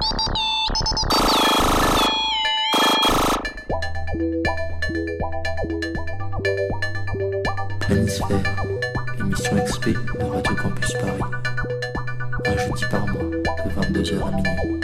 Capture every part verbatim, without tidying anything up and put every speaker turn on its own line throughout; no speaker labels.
Planisphère, l'émission X P de Radio Campus Paris. Un jeudi par mois, de vingt-deux heures à minuit.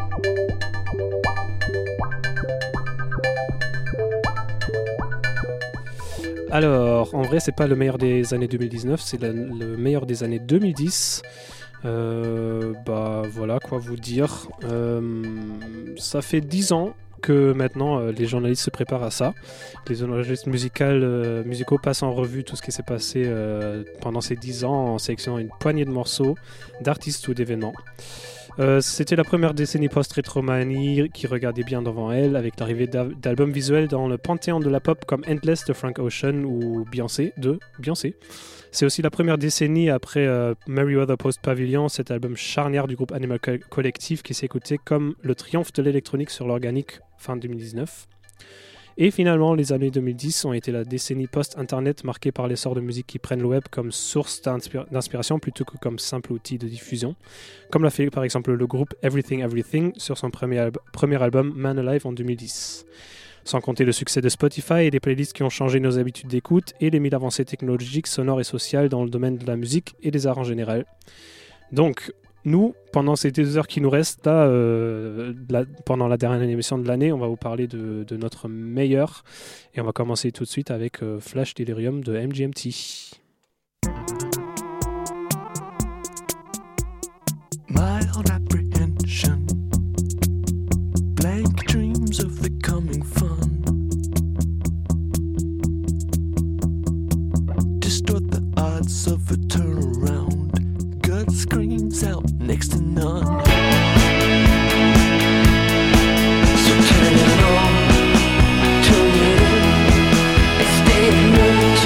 Alors, en vrai, c'est pas le meilleur des années deux mille dix-neuf, c'est le, le meilleur des années deux mille dix. Euh, bah voilà, quoi vous dire. Euh, ça fait dix ans que maintenant euh, les journalistes se préparent à ça. Les journalistes musicales, euh, musicaux passent en revue tout ce qui s'est passé euh, pendant ces dix ans en sélectionnant une poignée de morceaux, d'artistes ou d'événements. Euh, c'était la première décennie post-Retromanie qui regardait bien devant elle, avec l'arrivée d'al- d'albums visuels dans le panthéon de la pop comme Endless de Frank Ocean ou Beyoncé de Beyoncé. C'est aussi la première décennie après euh, Merryweather Post Pavilion, cet album charnière du groupe Animal Co- Collective qui s'est écouté comme le triomphe de l'électronique sur l'organique fin deux mille dix-neuf. Et finalement, les années deux mille dix ont été la décennie post-internet marquée par l'essor de musique qui prennent le web comme source d'inspira- d'inspiration plutôt que comme simple outil de diffusion, comme l'a fait par exemple le groupe Everything Everything sur son premier, al- premier album Man Alive en deux mille dix. Sans compter le succès de Spotify et des playlists qui ont changé nos habitudes d'écoute et les mille avancées technologiques, sonores et sociales dans le domaine de la musique et des arts en général. Donc, nous, pendant ces deux heures qui nous restent, là, euh, la, pendant la dernière émission de l'année, on va vous parler de, de notre meilleur. Et on va commencer tout de suite avec euh, Flash Delirium de M G M T.
Mild apprehension, blank dreams of the coming fun, distort the odds of a turnaround, gut screams out next to none. So turn it on, turn it in, and stay alert.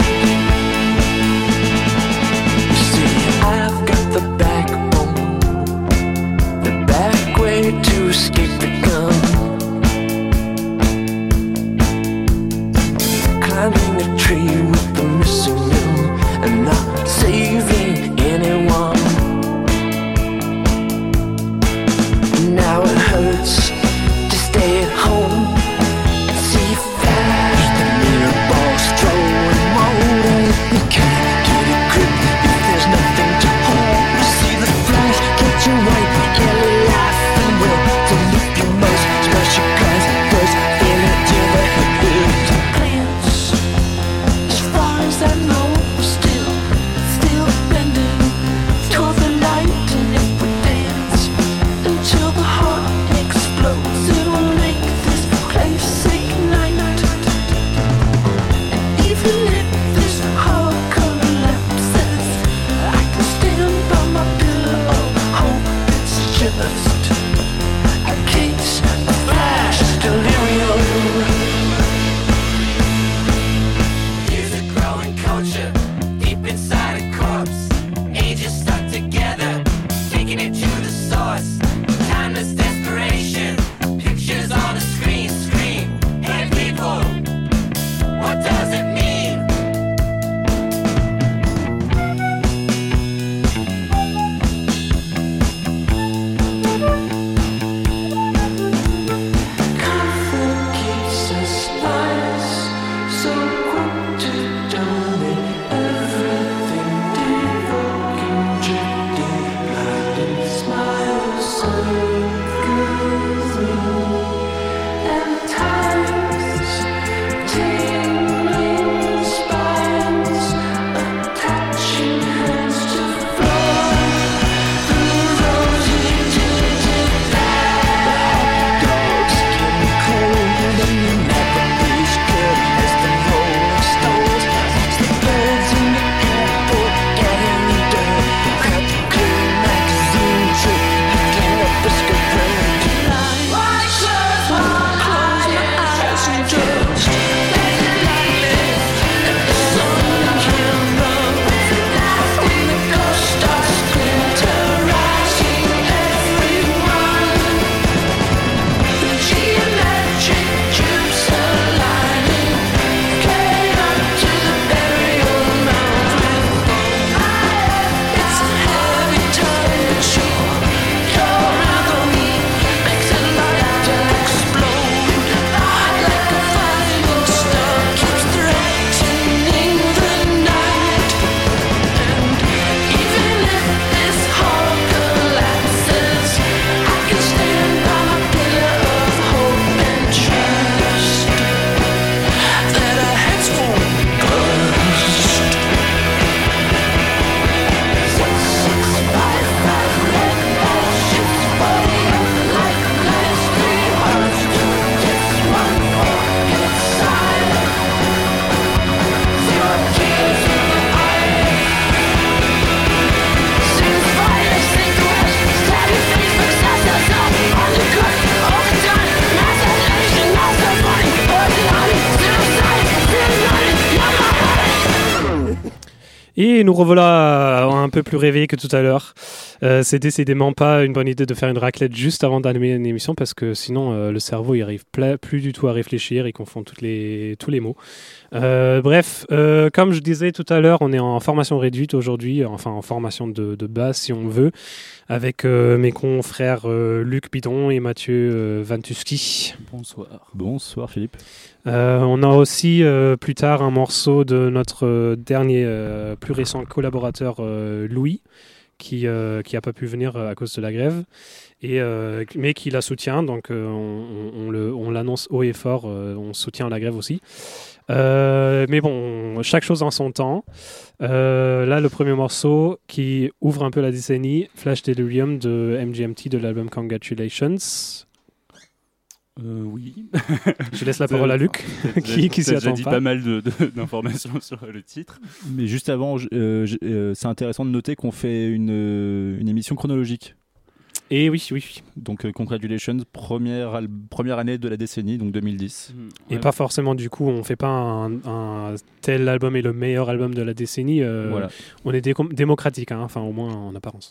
You see, I've got the backbone, the back way to escape the gun. Climbing a tree with the missing limb and not saving anyone. Now it hurts to stay at home and see you flash the mirror balls throwing motor. You can't get a grip if there's nothing to hold. You see the flash catch your white, yellow life and will to lift your most. Smash your glass first, feel it till the head hurts. Glance, as far as I know, still, still bending toward the light. And if we dance until the heart explodes, it will make this place ignite. And even if this heart collapses, I can stand by my pillar of hope. It's just a case of flash delirium. There's a growing culture deep inside a corpse. Ages stuck together, taking it to the source. Timeless desperation, pictures on the screen scream. Hey people, what does it mean?
Et nous revoilà un peu plus réveillés que tout à l'heure. Euh, c'est décidément pas une bonne idée de faire une raclette juste avant d'animer une émission parce que sinon euh, le cerveau il arrive pla- plus du tout à réfléchir, il confond toutes les, tous les mots. Euh, bref, euh, comme je disais tout à l'heure, on est en formation réduite aujourd'hui, enfin en formation de, de base si on veut, avec euh, mes confrères euh, Luc Bidon et Mathieu euh, Vantuski.
Bonsoir.
Bonsoir Philippe.
Euh, on a aussi euh, plus tard un morceau de notre euh, dernier, euh, plus récent collaborateur euh, Louis, qui euh, qui a pas pu venir euh, à cause de la grève, et euh, mais qui la soutient. Donc euh, on, on, on le, on l'annonce haut et fort. Euh, on soutient la grève aussi. Euh, mais bon, chaque chose en son temps. Euh, là, le premier morceau qui ouvre un peu la décennie, Flash Delirium de M G M T de l'album Congratulations.
Euh, oui.
Je laisse la parole à Luc, qui, qui s'y
J'ai
attend
dit
pas.
pas mal de, de, d'informations sur le titre.
Mais juste avant, je- euh, je- euh, c'est intéressant de noter qu'on fait une, euh, une émission chronologique.
Et oui, oui, oui.
Donc euh, Congratulations, première, al- première année de la décennie, donc deux mille dix.
Et
Ouais.
pas forcément du coup, on fait pas un, un tel album est le meilleur album de la décennie. euh,
Voilà.
On est décom- démocratique, hein, enfin au moins en apparence.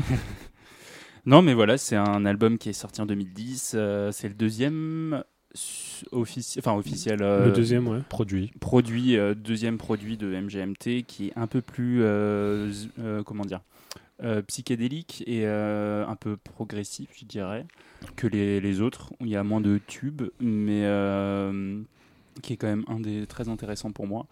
Non, mais voilà, c'est un album qui est sorti en deux mille dix. euh, c'est le deuxième su- offici- enfin, officiel euh,
Le deuxième, ouais.
Produit.
produit, euh, deuxième produit de M G M T qui est un peu plus, euh, z- euh, comment dire, euh, psychédélique et euh, un peu progressif, je dirais, que les, les autres. Il y a moins de tubes, mais euh, qui est quand même un des très intéressants pour moi.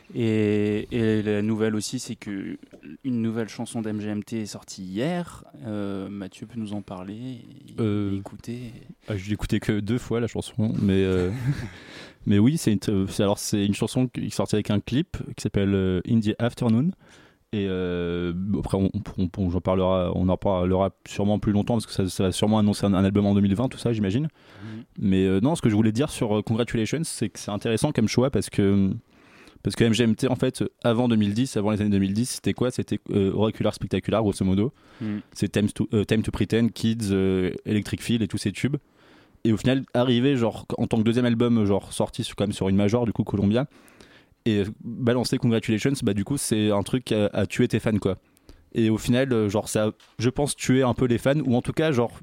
Et, et la nouvelle aussi, c'est que une nouvelle chanson d'M G M T est sortie hier. Euh, Mathieu peut nous en parler. Et,
Euh,
et écouter.
Ah, je l'ai écouté que deux fois la chanson, mais euh, mais oui, c'est une, t- c'est- alors c'est une chanson qui est sortie avec un clip qui s'appelle euh, In the Afternoon. Et euh, après, on, on- on- j'en parlera, on en parlera sûrement plus longtemps parce que ça, ça va sûrement annoncer un, un album en deux mille vingt, tout ça, j'imagine. Mais euh, non, ce que je voulais dire sur euh, Congratulations, c'est que c'est intéressant comme choix parce que parce que M G M T, en fait, avant deux mille dix, avant les années deux mille dix, c'était quoi? C'était euh, Oracular Spectacular, grosso modo.
Mm.
C'est Time to, euh, Time to Pretend, Kids, euh, Electric Feel et tous ces tubes. Et au final, arrivé genre en tant que deuxième album, genre sorti sur, quand même sur une major, du coup Columbia, et euh, balancer Congratulations, bah du coup c'est un truc à, à tuer tes fans quoi. Et au final, euh, genre ça, a, je pense, tuer un peu les fans, ou en tout cas genre,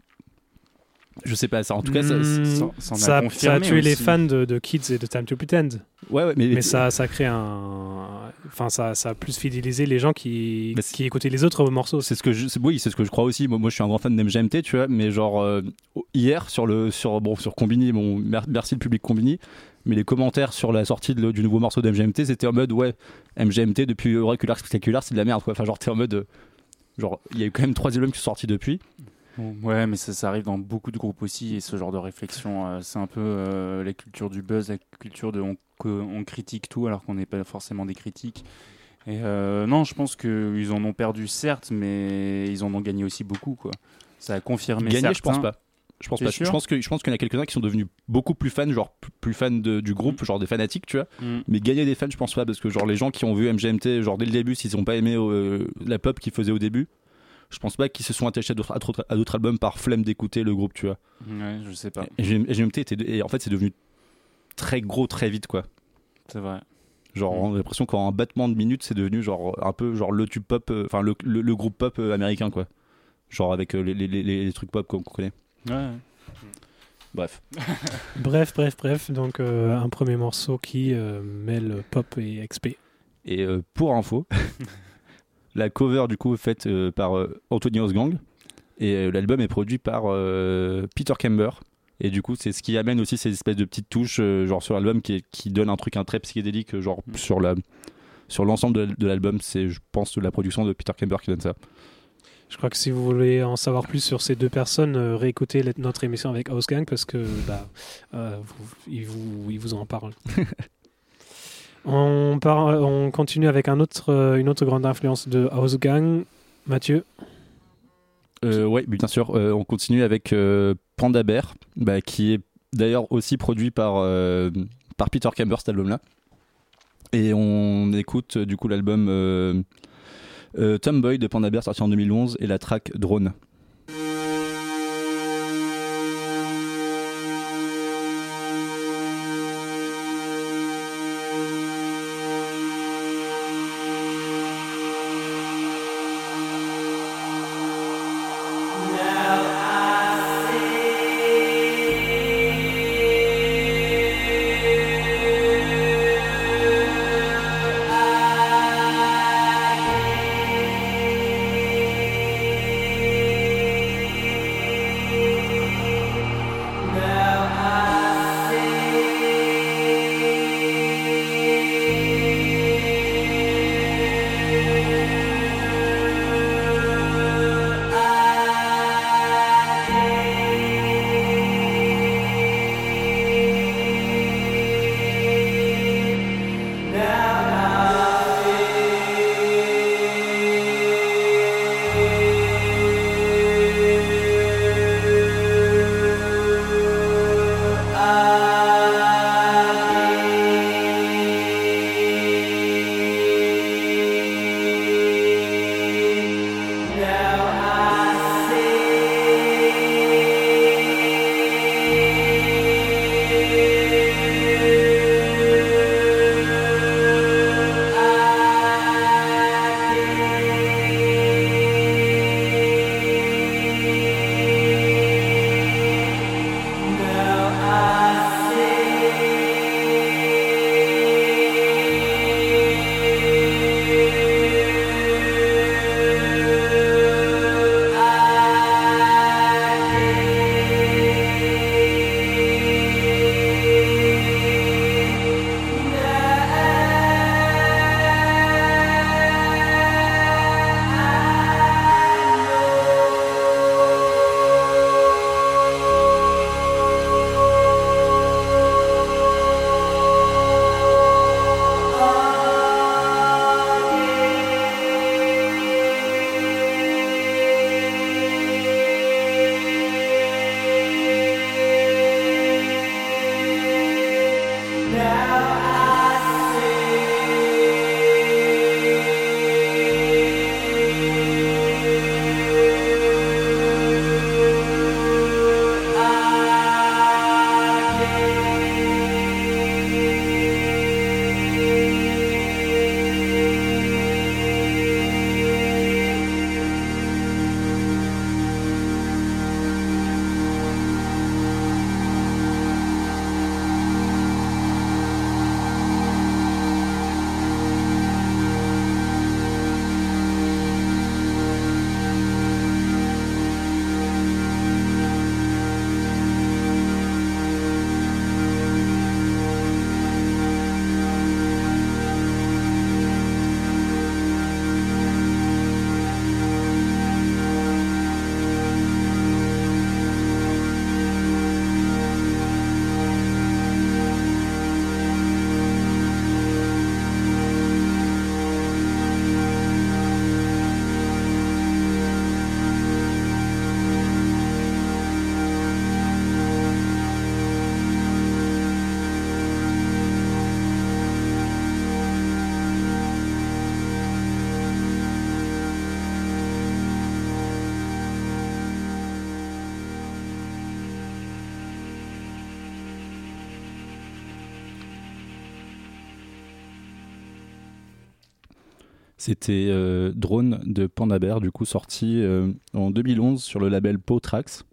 je sais pas, ça, en tout cas ça,
Hmm,
ça- ça en a
ça, a-
confirmé
ça a tué les
aussi.
fans de, de Kids et de Time to Pretend.
ouais, ouais, mais,
Mais ça, ça crée un. Enfin, ça, ça a plus fidélisé les gens qui,
Mais c'est-
qui écoutaient les autres morceaux.
c'est ce que je, c'est- oui, c'est ce que je crois aussi. Moi, moi je suis un grand fan d'M G M T, tu vois, mais genre euh, hier sur le sur bon sur Combini, bon mer- merci le public Combini, mais les commentaires sur la sortie de le- du nouveau morceau d'M G M T, c'était en mode ouais, M G M T depuis Oracular Spectacular, c'est de la merde quoi. Enfin genre t'es en mode euh, genre il y a eu quand même trois albums qui sont sortis depuis.
Bon, ouais, mais ça, ça arrive dans beaucoup de groupes aussi, et ce genre de réflexion, euh, c'est un peu euh, la culture du buzz, la culture de on, que- on critique tout alors qu'on n'est pas forcément des critiques. Et euh, non, je pense qu'ils en ont perdu certes, mais ils en ont gagné aussi beaucoup, quoi. Ça a confirmé
Gagné,
certains.
je pense pas. Je pense
T'es
pas.
sûr
Je pense que je pense qu'il y en a quelques-uns qui sont devenus beaucoup plus fans, genre plus- plus fans de- du groupe, genre des fanatiques, tu vois.
Mm.
Mais gagner des fans, je pense pas, parce que genre les gens qui ont vu M G M T, genre dès le début, s'ils ont pas aimé euh, la pop qu'ils faisaient au début, je pense pas qu'ils se sont attachés à d'autres, à d'autres- à d'autres albums par flemme d'écouter le groupe, tu vois.
Ouais, je sais pas.
Et M G M T était, de- et en fait, c'est devenu très gros très vite, quoi.
C'est vrai.
Genre,
Mm.
on a l'impression qu'en un battement de minutes, c'est devenu genre un peu genre le tube pop, euh, enfin le, le, le groupe pop euh, américain, quoi. Genre avec euh, les, les, les, les trucs pop qu'on qu'on connaît.
Ouais.
Bref.
Bref, bref, bref. Donc, euh, un premier morceau qui euh, mêle pop et X P.
Et euh, pour info, la cover du coup est faite euh, par euh, Anthony Osgang, et euh, l'album est produit par euh, Peter Kember. Et du coup, c'est ce qui amène aussi ces espèces de petites touches euh, genre sur l'album qui, est- qui donne un truc un très psychédélique, euh, genre
Mm.
sur la sur l'ensemble de, de l'album. C'est, je pense, la production de Peter Kember qui donne ça.
Je crois que si vous voulez en savoir plus sur ces deux personnes, euh, réécoutez la- notre émission avec House Gang parce que bah, euh, vous, ils, vous, ils vous en parlent. on, part, on continue avec un autre, euh, une autre grande influence de House Gang. Mathieu.
Euh, ouais, bien sûr. Euh, on continue avec euh, Panda Bear, bah, qui est d'ailleurs aussi produit par, euh, par Peter Kember, cet album-là. Et on écoute euh, du coup l'album euh, euh, Tomboy de Panda Bear, sorti en deux mille onze, et la track Drone.
Thank
C'était euh, Drone de Panda Bear, du coup sorti euh, en deux mille onze sur le label Paw Tracks.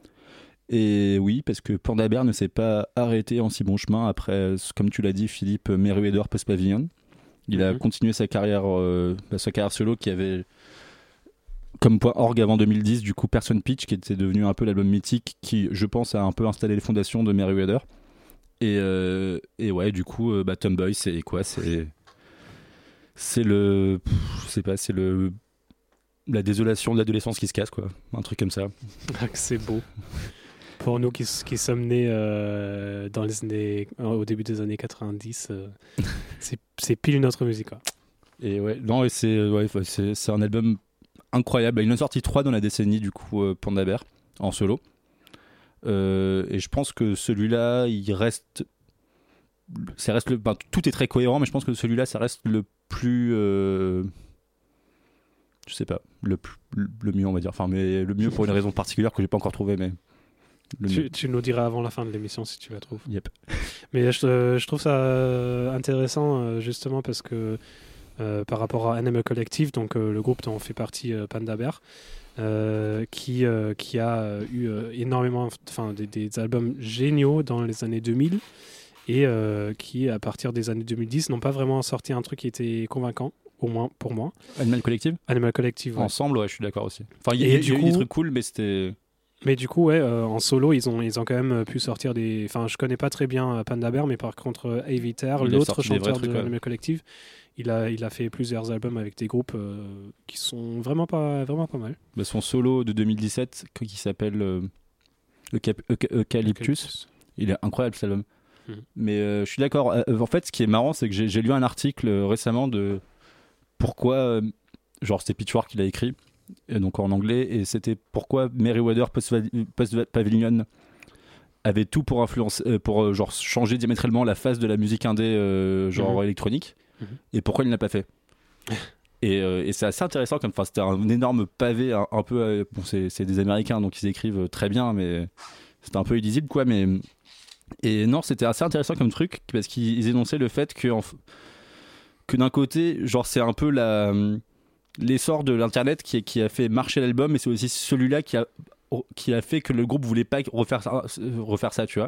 Et oui, parce que Panda Bear ne s'est pas arrêté en si bon chemin après, comme tu l'as dit, Philippe, Merryweather Post Pavilion. Il a
Mhm. continué
continué sa carrière, euh, bah, sa carrière solo qui avait comme point orgue avant deux mille dix, du coup Person Pitch, qui était devenu un peu l'album mythique qui, je pense, a un peu installé les fondations de Merryweather. Et, euh, et ouais, du coup, euh, bah, Tomboy, c'est quoi c'est, c'est le. pff, je sais pas, c'est le. La désolation de l'adolescence qui se casse, quoi. Un truc comme ça.
Ah, que c'est beau. Pour nous qui, s- qui sommes nés euh, dans les années, au début des années quatre-vingt-dix, euh, c'est, c'est pile notre musique, quoi.
Et ouais, non, et c'est, ouais, c'est, c'est un album incroyable. Il en a sorti trois dans la décennie, du coup, euh, Panda Bear, en solo. Euh, et je pense que celui-là, il reste. Ça reste le, ben, tout est très cohérent, mais je pense que celui-là, ça reste le plus. Euh, je sais pas, le, plus- le mieux, on va dire. Enfin, mais le mieux pour une raison particulière que j'ai pas encore trouvé, mais. Le mieux.
Tu, tu nous diras avant la fin de l'émission si tu la trouves.
Yep.
Mais je, euh, je trouve ça euh, intéressant euh, justement parce que euh, par rapport à Animal Collective, donc euh, le groupe dont fait partie euh, Panda Bear, euh, qui, euh, qui a euh, eu euh, énormément, enfin des, des albums géniaux dans les années deux mille et euh, qui à partir des années deux mille dix n'ont pas vraiment sorti un truc qui était convaincant, au moins pour moi.
Animal Collective
Animal Collective, ouais.
Ensemble, ouais, je suis d'accord aussi. Enfin, il y,
Et
a- il
du
y a eu
coup-
des trucs cool, mais c'était.
Mais du coup, ouais, euh, en solo, ils ont, ils ont quand même pu sortir des. Enfin, je connais pas très bien euh, Panda Bear, mais par contre, euh, Aviter,
Il a
l'autre
sorti des vrais
chanteur
trucs,
de
ouais.
Animal Collective, il a, il a fait plusieurs albums avec des groupes euh, qui sont vraiment pas, vraiment pas mal.
Bah, son solo de deux mille dix-sept, qui s'appelle euh, Euca- Euca- Eucalyptus, il est incroyable cet album.
Mhm.
Mais euh, je suis d'accord. Euh, en fait, ce qui est marrant, c'est que j'ai, j'ai lu un article euh, récemment de pourquoi, euh, genre c'était Pitchfork qui l'a écrit, et donc en anglais, et c'était pourquoi Merryweather Post, Post Pavilion avait tout pour influencer, euh, pour euh, genre changer diamétralement la face de la musique indé, euh, genre
Mhm.
électronique,
Mhm.
et pourquoi il ne l'a pas fait. Et, euh, et c'est assez intéressant, comme, enfin, c'était un énorme pavé, un, un peu, euh, bon, c'est, c'est des Américains, donc ils écrivent très bien, mais c'était un peu illisible, quoi. Mais et non, c'était assez intéressant comme truc parce qu'ils énonçaient le fait que, en f- que d'un côté, genre, c'est un peu la, l'essor de l'internet qui, qui a fait marcher l'album, mais c'est aussi celui-là qui a, qui a fait que le groupe voulait pas refaire ça, refaire ça, tu vois.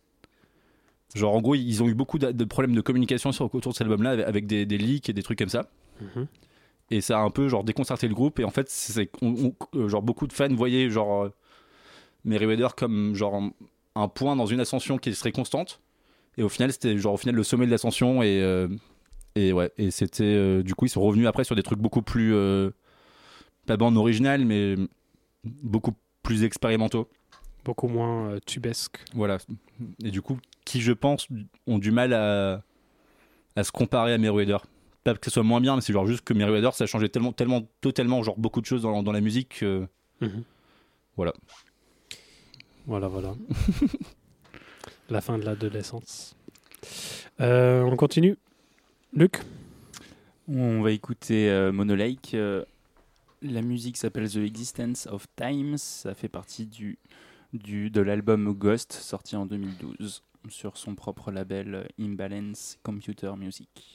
Genre, en gros, ils ont eu beaucoup de, de problèmes de communication sur, autour de cet album-là avec, avec des, des leaks et des trucs comme ça.
Mhm.
Et ça a un peu genre déconcerté le groupe, et en fait c'est on- on- euh, genre beaucoup de fans voyaient genre euh, Merryweather comme genre un, un point dans une ascension qui serait constante, et au final c'était genre au final le sommet de l'ascension, et euh, et ouais, et c'était euh, du coup ils sont revenus après sur des trucs beaucoup plus euh, pas bande originale, mais beaucoup plus expérimentaux,
Beaucoup moins euh, tubesque.
voilà. Et du coup qui je pense ont du mal à à se comparer à Merryweather. Pas que ce soit moins bien, mais c'est genre juste que Merryweather ça a changé tellement, tellement, totalement genre beaucoup de choses dans, dans la musique que
Mhm.
voilà.
Voilà, voilà. La fin de l'adolescence. Euh, on continue. Luc.
On va écouter euh, Monolake. euh, la musique s'appelle The Existence of Times. Ça fait partie du, du, de l'album Ghost, sorti en deux mille douze, sur son propre label euh, Imbalance Computer Music.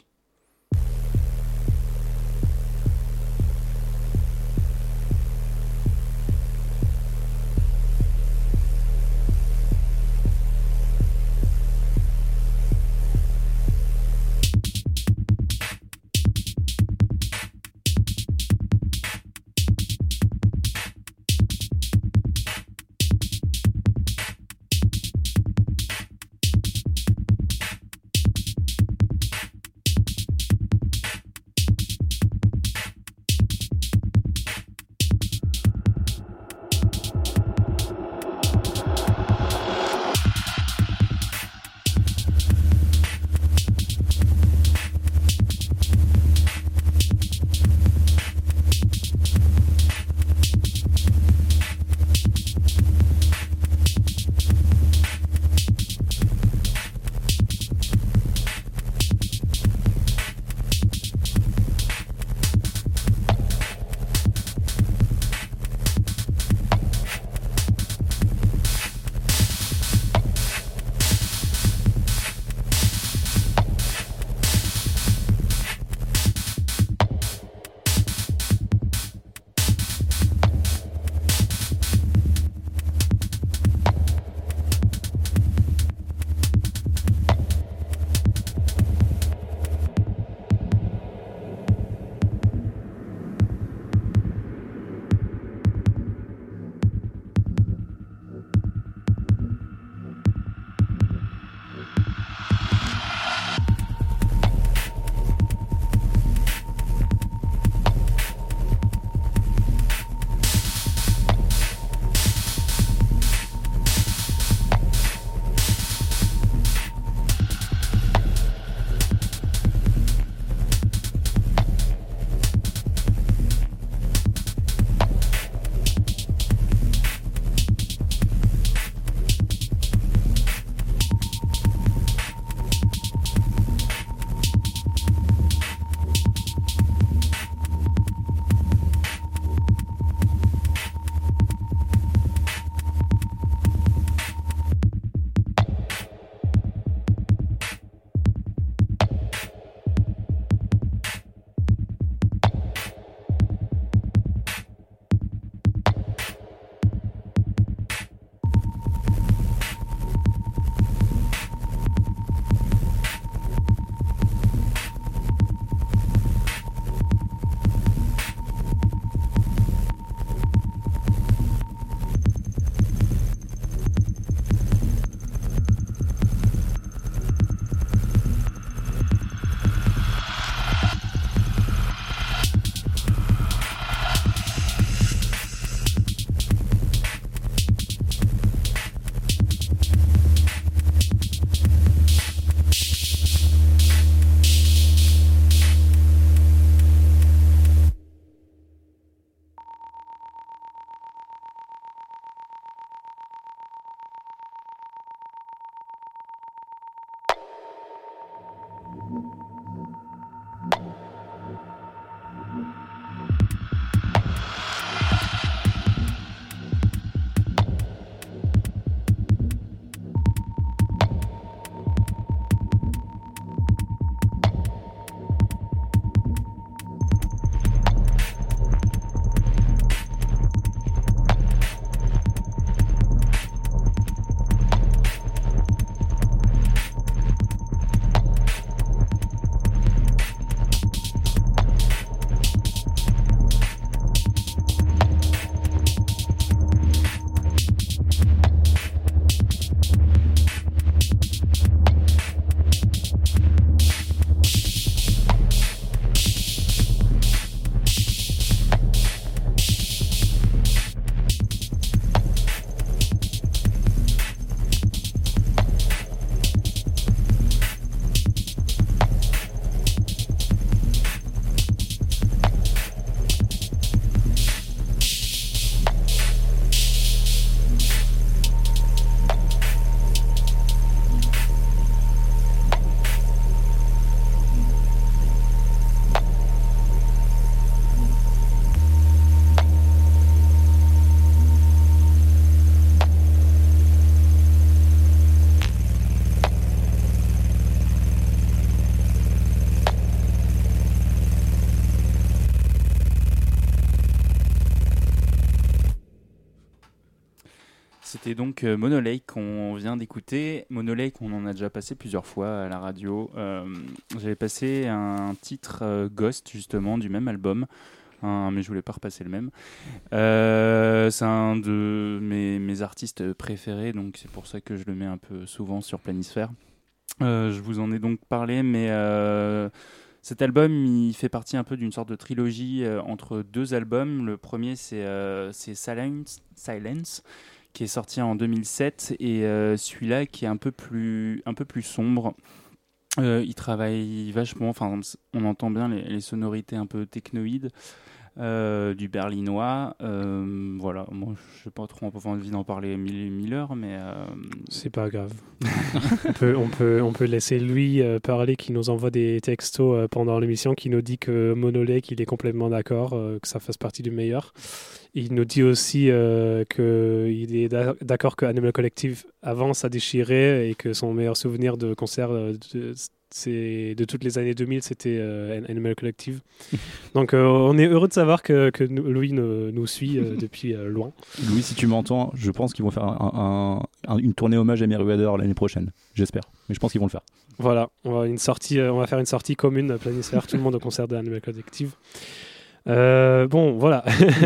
C'était donc euh, Monolake qu'on vient d'écouter. Monolake, on en a déjà passé plusieurs fois à la radio. Euh, j'avais passé un titre euh, Ghost, justement, du même album. Hein, mais je voulais pas repasser le même. Euh, c'est un de mes, mes artistes préférés, donc c'est pour ça que je le mets un peu souvent sur Planisphère. Euh, je vous en ai donc parlé, mais euh, cet album, il fait partie un peu d'une sorte de trilogie euh, entre deux albums. Le premier, c'est, euh, c'est Silence, Silence, qui est sorti en deux mille sept, et euh, celui-là qui est un peu plus, un peu plus sombre. Euh, il travaille vachement, enfin, on entend bien les, les sonorités un peu technoïdes. Euh, du berlinois, euh, voilà, moi je n'ai pas trop envie d'en parler mille, mille heures, mais... Euh...
C'est pas grave. on, peut, on, peut, on peut laisser lui euh, parler, qui nous envoie des textos euh, pendant l'émission, qui nous dit que Monolake, il est complètement d'accord, euh, que ça fasse partie du meilleur. Il nous dit aussi euh, qu'il est d'accord que Animal Collective avance à déchirer et que son meilleur souvenir de concert euh, de, c'est, de toutes les années deux mille, c'était euh, Animal Collective. Donc euh, on est heureux de savoir que, que nous, Louis nous, nous suit euh, depuis euh, loin.
Louis, si tu m'entends, je pense qu'ils vont faire un, un, un, une tournée hommage à Merriweather l'année prochaine. J'espère. Mais je pense qu'ils vont le faire.
Voilà, on va, une sortie, euh, on va faire une sortie commune à Planisphère, tout le monde au concert de Animal Collective. Euh, bon, voilà.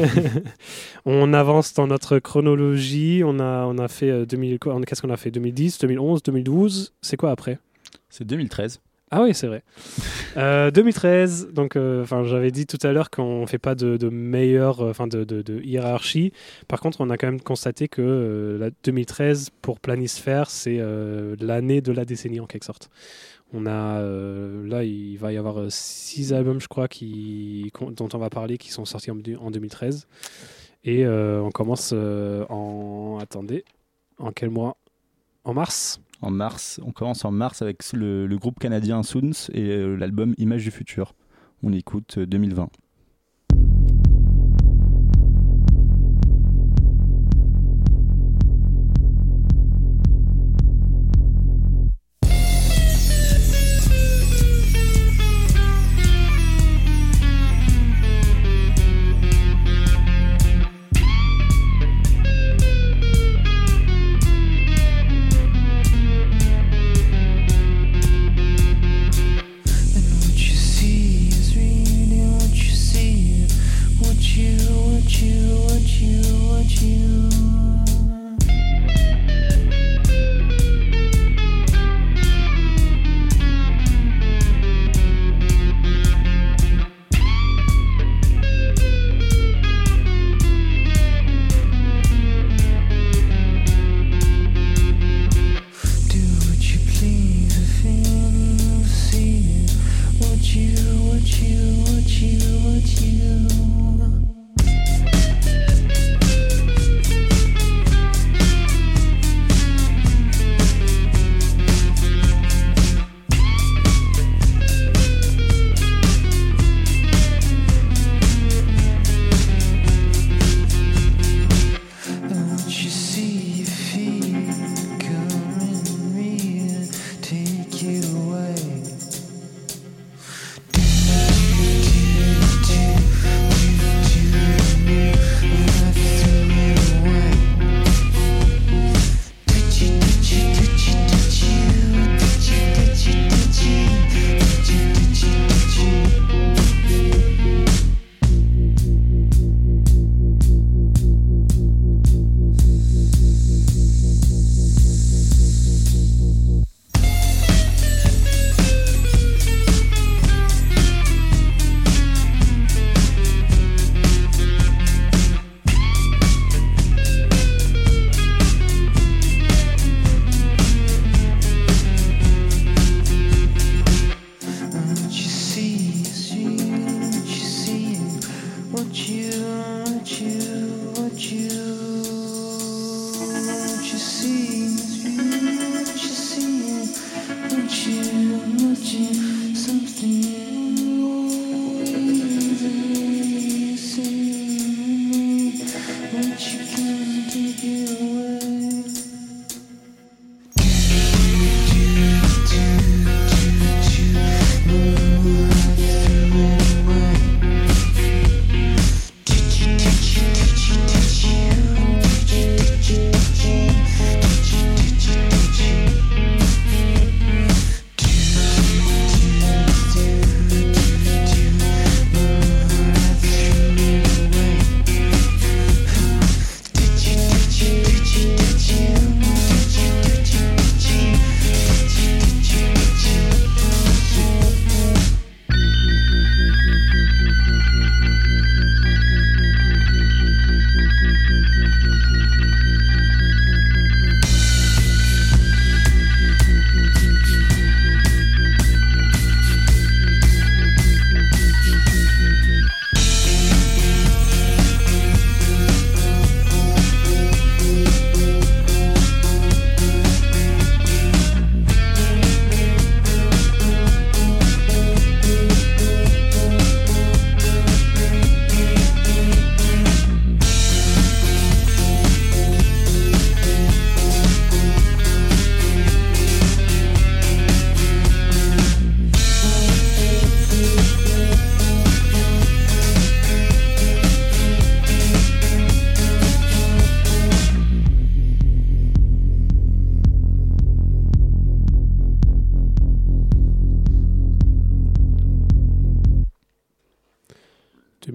On avance dans notre chronologie. On a, on a fait euh, deux mille, quoi, qu'est-ce qu'on a fait deux mille dix, deux mille onze, deux mille douze. C'est quoi après?
C'est deux mille treize.
Ah oui, c'est vrai. euh, deux mille treize, donc, euh, j'avais dit tout à l'heure qu'on ne fait pas de, de meilleure, enfin de, de, de hiérarchie. Par contre, on a quand même constaté que euh, la deux mille treize, pour Planisphère, c'est euh, l'année de la décennie en quelque sorte. On a, euh, là, il va y avoir euh, six albums, je crois, qui, dont on va parler, qui sont sortis en, en deux mille treize. Et euh, on commence euh, en... Attendez, en quel mois? En mars.
En mars, on commence en mars avec le, le groupe canadien Soons et euh, l'album Images du futur. On écoute euh, deux mille vingt.
And what you see is really what you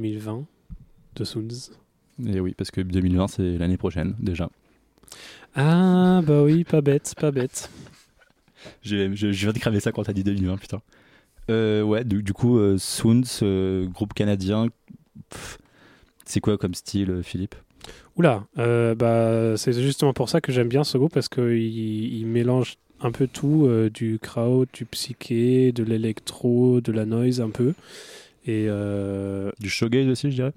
mille vingt de Sounds.
Et oui, parce que deux mille vingt, c'est l'année prochaine, déjà.
Ah, bah oui, pas bête, pas bête.
Je, je, je viens de cramer ça quand t'as dit deux mille vingt, putain. Euh, ouais, du, du coup, euh, Sounds, euh, groupe canadien. Pff, c'est quoi comme style, euh, Philippe?
Oula, euh, bah, c'est justement pour ça que j'aime bien ce groupe, parce qu'il il mélange un peu tout, euh, du crowd, du psyché, de l'électro, de la noise un peu. Et euh...
Du shoegaze aussi, je dirais.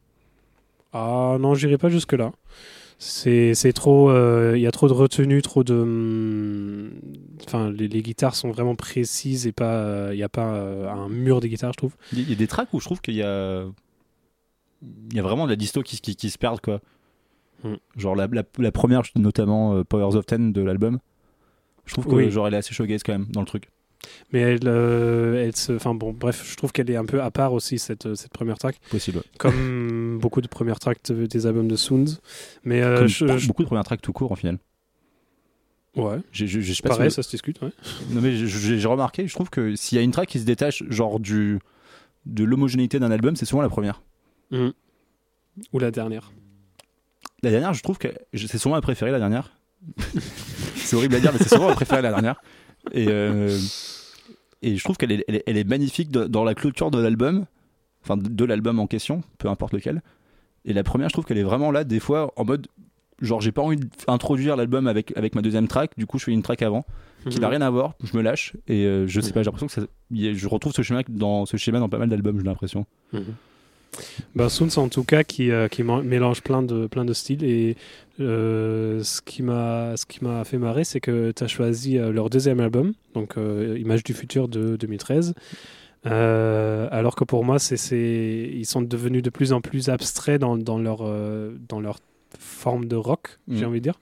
ah non, j'irai pas jusque là. C'est c'est trop, il euh, y a trop de retenue, trop de, enfin les, les guitares sont vraiment précises et pas, il y a pas euh, un mur des guitares, je trouve.
Il y a des tracks où je trouve qu'il y a, il y a vraiment de la disto qui, qui, qui se perdent, quoi.
Mm.
Genre la, la, la première, notamment euh, Powers of Ten de l'album. Je trouve que
Oui.
genre elle est assez shoegaze quand même dans le truc.
Mais elle, euh, elle se, enfin bon, bref, je trouve qu'elle est un peu à part aussi cette cette première track,
Possible. Ouais.
comme beaucoup de premières tracks de- des albums de Sounds. Mais euh,
Comme
je,
pas
je-
beaucoup de premières tracks tout court en final.
ouais,
J'ai, j'ai, je sais pas
pareil,
si
ça se discute. Ouais.
vous- Non mais j'ai, j'ai j'ai remarqué, je trouve que s'il y a une track qui se détache genre du de l'homogénéité d'un album, c'est souvent la première.
Mhm. Ou la dernière.
La dernière, je trouve que je- c'est souvent ma préférée, la dernière. C'est horrible à dire, mais c'est souvent ma préférée, la dernière. Et, euh, et je trouve qu'elle est, elle est, elle est magnifique de- dans la clôture de l'album, enfin de, de l'album en question, peu importe lequel. Et la première, je trouve qu'elle est vraiment là, des fois, en mode, genre, j'ai pas envie d'introduire l'album avec, avec ma deuxième track, du coup, je fais une track avant, qui n'a
Mhm.
rien à voir, je me lâche, et euh, je sais pas, j'ai l'impression que ça, y a- je retrouve ce schéma dans, ce schéma dans pas mal d'albums, j'ai l'impression.
Mhm. Bah, Sounds en tout cas qui, euh, qui man- mélange plein de, plein de styles, et euh, ce qui m'a ce qui m'a fait marrer, c'est que tu as choisi euh, leur deuxième album, donc euh, Image du futur de deux mille treize, euh, alors que pour moi c'est, c'est, ils sont devenus de plus en plus abstraits dans, dans, leur, euh, dans leur forme de rock, j'ai
Mhm.
envie de dire.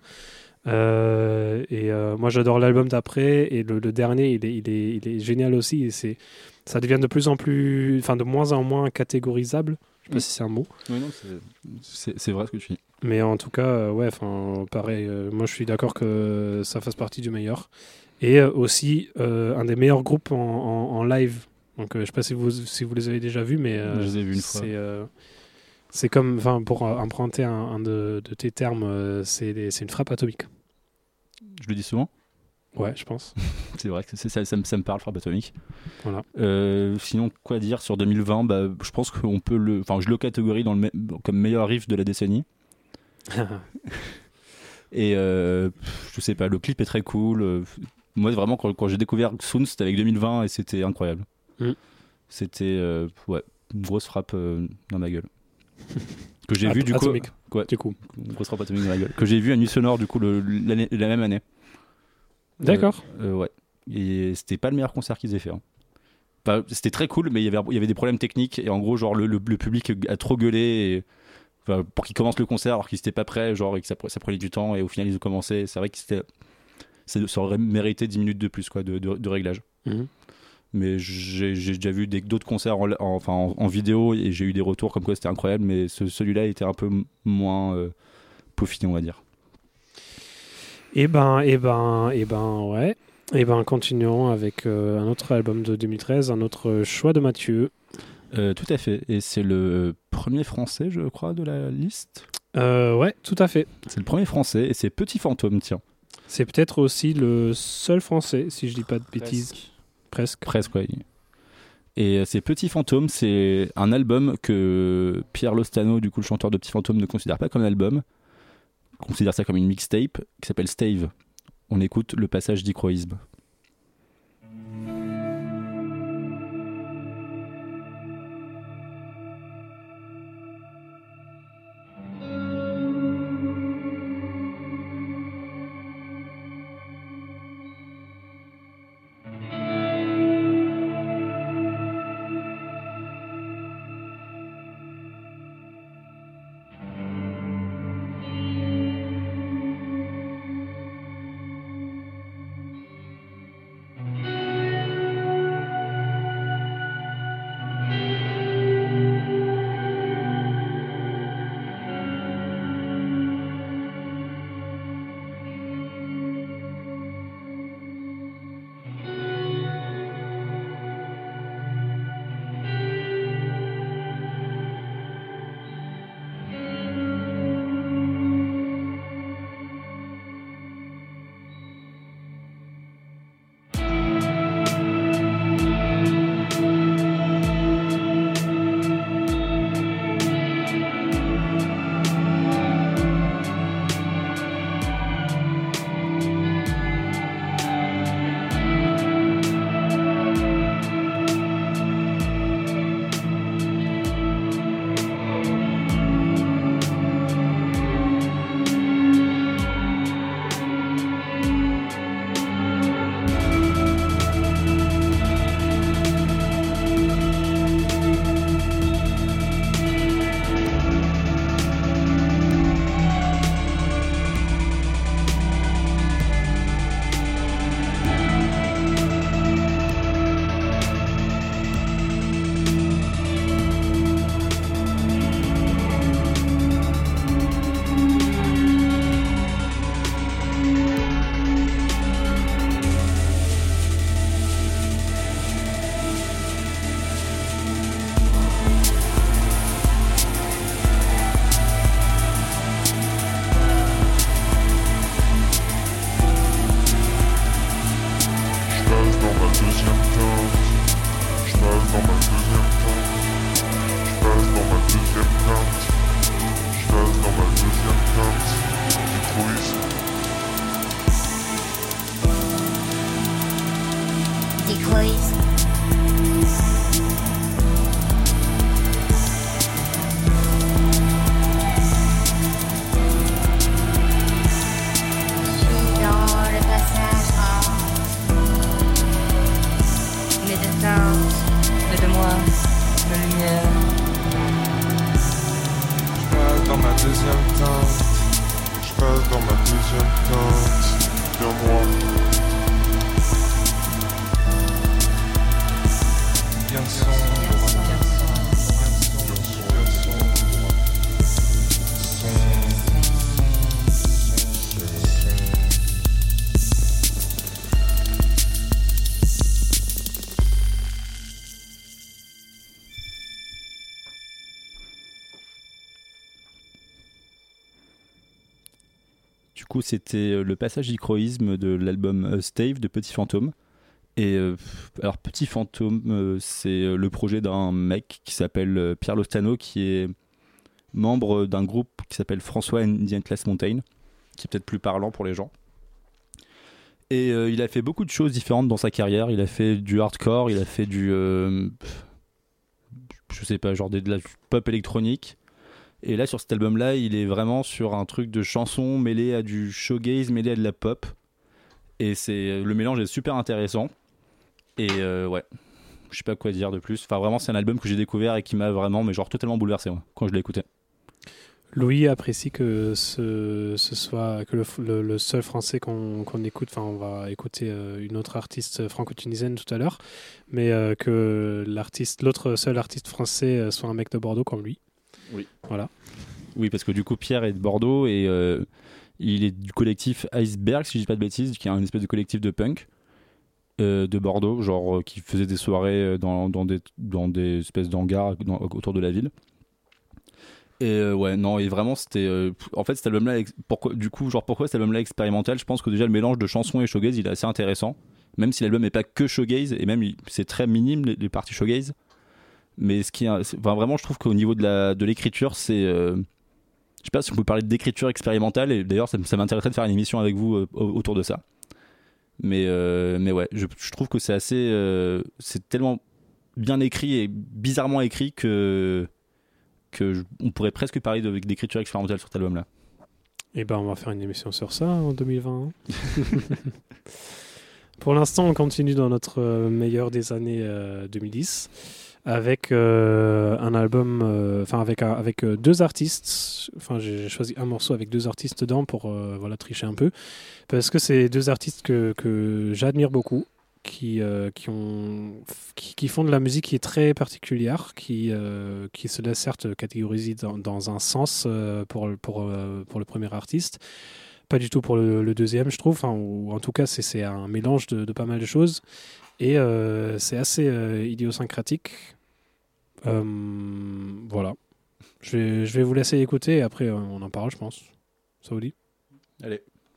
Euh, et euh, moi j'adore l'album d'après, et le, le dernier il est, il, est, il est génial aussi, et c'est, ça devient de plus en plus, enfin de moins en moins catégorisable, je sais pas
Mm.
si c'est un mot,
Oui, non, c'est, c'est, c'est vrai ce que tu dis.
mais en tout cas euh, ouais, enfin pareil, euh, moi je suis d'accord que ça fasse partie du meilleur, et euh, aussi euh, un des meilleurs groupes en, en, en live, donc euh, je sais pas si vous, si vous les avez déjà vus, mais euh,
Je les ai vus une fois.
c'est euh, c'est comme, enfin pour euh, emprunter un, un de, de tes termes, euh, c'est, des- c'est une frappe atomique.
Je le dis souvent.
Ouais, je pense.
C'est vrai que c'est, ça, ça, me, ça me parle, Frappe Atomique.
Voilà.
Euh, sinon, quoi dire sur deux mille vingt? Bah, je pense qu'on peut le. Enfin, je le catégorie dans le me- comme meilleur riff de la décennie. Et euh, pff, je sais pas, le clip est très cool. Euh, Moi, vraiment, quand, quand j'ai découvert Soon, c'était avec deux mille vingt et c'était incroyable.
Mm.
C'était euh, ouais, une grosse frappe euh, dans ma gueule. Que j'ai
At-
vu du coup.
atomique.
Ouais,
Du coup.
une grosse frappe atomique dans ma gueule. Que j'ai vu à Nuit Sonore du coup le, l'année- la même année.
D'accord.
Euh, euh, ouais. Et c'était pas le meilleur concert qu'ils aient fait. hein. Enfin, c'était très cool, mais il y avait, il y avait des problèmes techniques. Et en gros, genre, le, le, le public a trop gueulé et, enfin, pour qu'ils commencent le concert alors qu'ils n'étaient pas prêts, genre, et que ça, ça prenait du temps. Et au final, ils ont commencé. C'est vrai que c'était, c'est- ça aurait mérité dix minutes de plus quoi, de, de, de réglage.
Mhm.
Mais j'ai, j'ai déjà vu des, d'autres concerts en, en- enfin, en, en vidéo et j'ai eu des retours comme quoi c'était incroyable. Mais ce, celui-là était un peu m- moins euh, peaufiné, on va dire.
Et ben, et ben, et ben, ouais. Et ben, continuons avec euh, un autre album de deux mille treize, un autre choix de Mathieu.
Euh, tout à fait. Et c'est le premier français, je crois, de la liste.
Euh, ouais, tout à fait.
C'est le premier français et c'est Petit Fantôme, tiens.
C'est peut-être aussi le seul français, si je dis pas de bêtises. Presque.
Presque, ouais. Et euh, c'est Petit Fantôme, c'est un album que Pierre Lostano, du coup le chanteur de Petit Fantôme, ne considère pas comme un album. Il considère ça comme une mixtape qui s'appelle Stave. On écoute le passage d'Icroïsme.
Croise. Dans le passage rare, mais de teintes, mais de moi, de lumière.
J'passe dans ma deuxième teinte, j'passe dans ma deuxième teinte, viens moi. Bien sombre, bien sombre, bien sombre.
Du coup, c'était le passage d'icroïsme de l'album euh, Stave de Petit Fantôme. Et euh, alors, Petit Fantôme, euh, c'est le projet d'un mec qui s'appelle euh, Pierre Lostano, qui est membre d'un groupe qui s'appelle François and the Endless Mountain, qui est peut-être plus parlant pour les gens. Et euh, il a fait beaucoup de choses différentes dans sa carrière. Il a fait du hardcore, il a fait du. Euh, je sais pas, genre de, de la pop électronique. Et là, sur cet album-là, il est vraiment sur un truc de chanson mêlé à du shoegaze, mêlé à de la pop. Et c'est, le mélange est super intéressant. Et euh, ouais, je sais pas quoi dire de plus. Enfin, vraiment, c'est un album que j'ai découvert et qui m'a vraiment, mais genre totalement bouleversé ouais, quand je l'ai écouté.
Louis apprécie que ce, ce soit que le, le, le seul français qu'on, qu'on écoute, enfin on va écouter euh, une autre artiste franco-tunisienne tout à l'heure, mais euh, que l'artiste, l'autre seul artiste français euh, soit un mec de Bordeaux comme lui.
Oui.
Voilà.
Oui, parce que du coup Pierre est de Bordeaux et euh, il est du collectif Iceberg, si je dis pas de bêtises, qui est un espèce de collectif de punk euh, de Bordeaux, genre euh, qui faisait des soirées dans, dans, des, dans des espèces d'hangars dans, autour de la ville. Et euh, ouais, non, et vraiment, c'était. Euh, en fait, cet album-là, ex- pourquoi, du coup, genre, pourquoi cet album-là expérimental? Je pense que déjà, le mélange de chansons et shoegaze, il est assez intéressant. Même si l'album n'est pas que shoegaze, et même, il, c'est très minime, les, les parties shoegaze. Mais ce qui est, c'est, enfin, vraiment, je trouve qu'au niveau de, la, de l'écriture, c'est. Euh, je sais pas si on peut parler d'écriture expérimentale, et d'ailleurs, ça, ça m'intéresserait de faire une émission avec vous euh, autour de ça. Mais, euh, mais ouais, je, je trouve que c'est assez. Euh, c'est tellement bien écrit et bizarrement écrit que. que je, on pourrait presque parler de, d'écriture expérimentale sur cet album-là.
Et ben, on va faire une émission sur ça en deux mille vingt. Pour l'instant, on continue dans notre euh, meilleur des années euh, deux mille dix avec euh, un album, enfin euh, avec, avec euh, deux artistes. Enfin, j'ai choisi un morceau avec deux artistes dedans pour euh, voilà, tricher un peu. Parce que c'est deux artistes que, que j'admire beaucoup. Qui, euh, qui, ont, qui, qui font de la musique qui est très particulière, qui, euh, qui se laisse certes catégoriser dans, dans un sens euh, pour, pour, euh, pour le premier artiste, pas du tout pour le, le deuxième, je trouve, enfin, ou en tout cas c'est, c'est un mélange de, de pas mal de choses, et euh, c'est assez euh, idiosyncratique. Euh, voilà. Je vais, je vais vous laisser écouter, et après on en parle, je pense. Ça vous dit ?
Allez.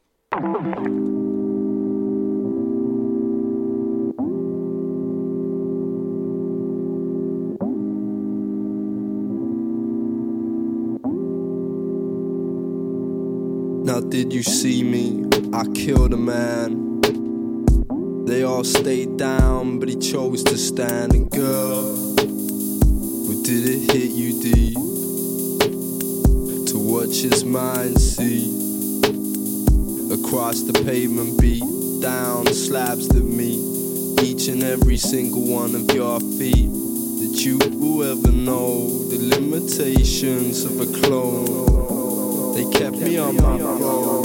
Now did you see me? I killed a man. They all stayed down, but he chose to stand. And girl, but did it hit you deep? To watch his mind see across the pavement, beat down the slabs that meet each and every single one of your feet. Did you ever know the limitations of a clone? They kept me on my phone.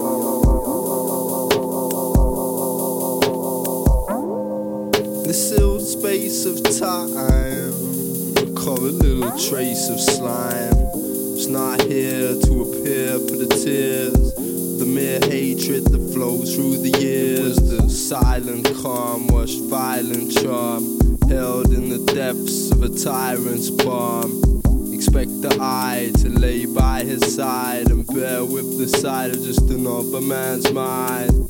The sealed space of time, caught a little trace of slime. It's not here to appear for the tears, the mere hatred that flows through the years. The silent calm, washed violent charm, held in the depths of a tyrant's palm. Expect the eye to lay by his side and bear with the sight of just another man's mind.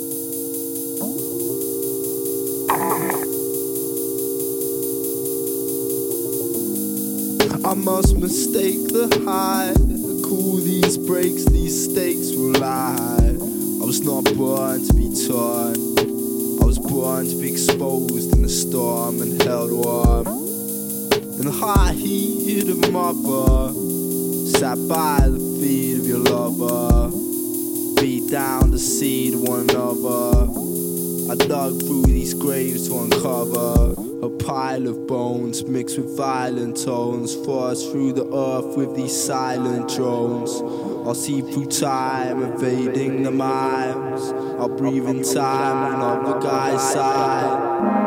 I must mistake the high, cool these breaks, these stakes will lie. I was not born to be torn, I was born to be exposed in the storm and held warm. In the hot heat of mother, sat by the feet of your lover, beat down to see to one another. I dug through these graves to uncover a pile of bones mixed with violent tones, forced through the earth with these silent drones. I'll see through time, evading the mimes. I'll breathe in time with another guy's side.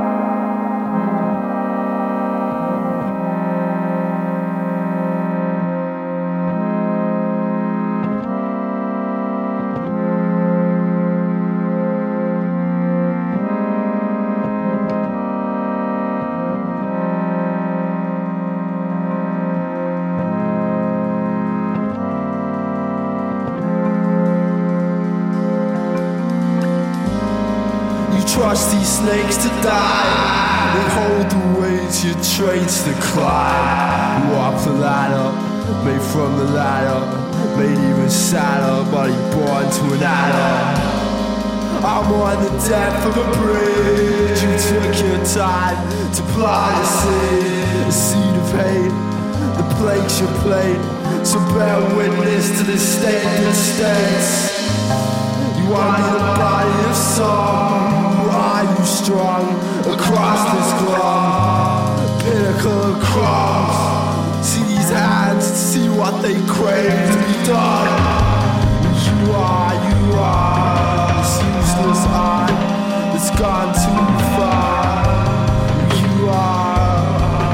Trust these snakes to die. They hold the weight your traits to climb. Walk the ladder, made from the ladder, made even sadder, but he born to an adder. I'm on the depth of a bridge. You took your time to plant a seed, a seed of hate. The plagues your plate, so bear witness to the state that states. You are the body of song. Are you strong across this globe? Pinnacle of crumbs. See these hands, see what they crave to be done. You are, you are this useless art that's gone too far. You are,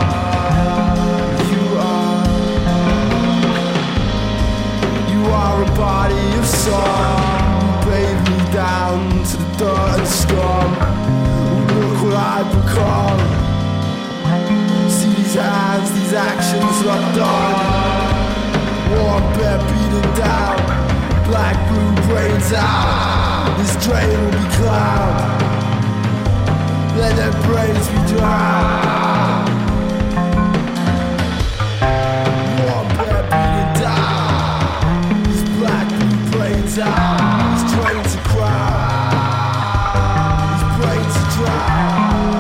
you are, you are a body of song. Bathe me down to the dirt and scum. Look what I've become. See these hands, these actions not done. Warm bear beaten down. Black, blue brains out. This drain will be cloud. Let their brains be drowned. Warm bear beaten down. These black, blue brains out. Brains are crowd, these brains are dry.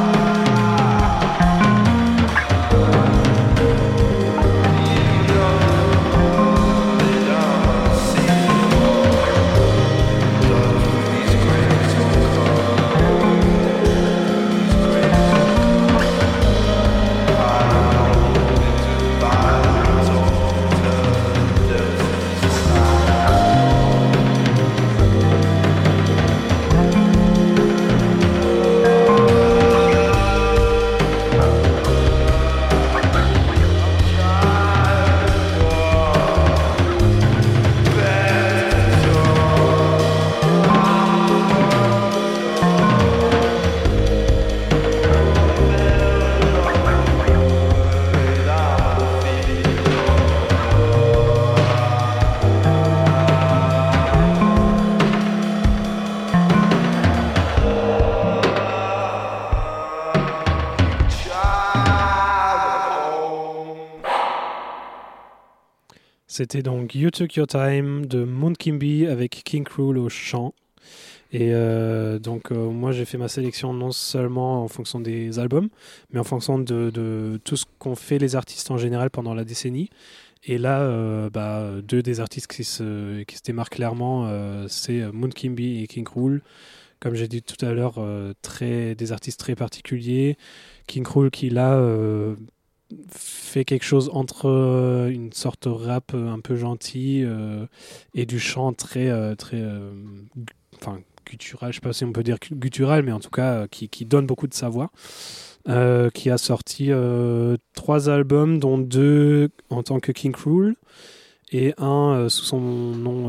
C'était donc You Took Your Time de Moonkimby avec King Krule au chant. Et euh, donc euh, moi j'ai fait ma sélection non seulement en fonction des albums, mais en fonction de, de tout ce qu'ont fait les artistes en général pendant la décennie. Et là, euh, bah, deux des artistes qui se, qui se démarquent clairement, euh, c'est Moonkimby et King Krule. Comme j'ai dit tout à l'heure, euh, très, des artistes très particuliers. King Krule qui là... Euh, fait quelque chose entre euh, une sorte de rap euh, un peu gentil euh, et du chant très euh, très enfin euh, guttural, je sais pas si on peut dire guttural, mais en tout cas euh, qui, qui donne beaucoup de sa voix, euh, qui a sorti euh, trois albums dont deux en tant que King Krule et un euh, sous son nom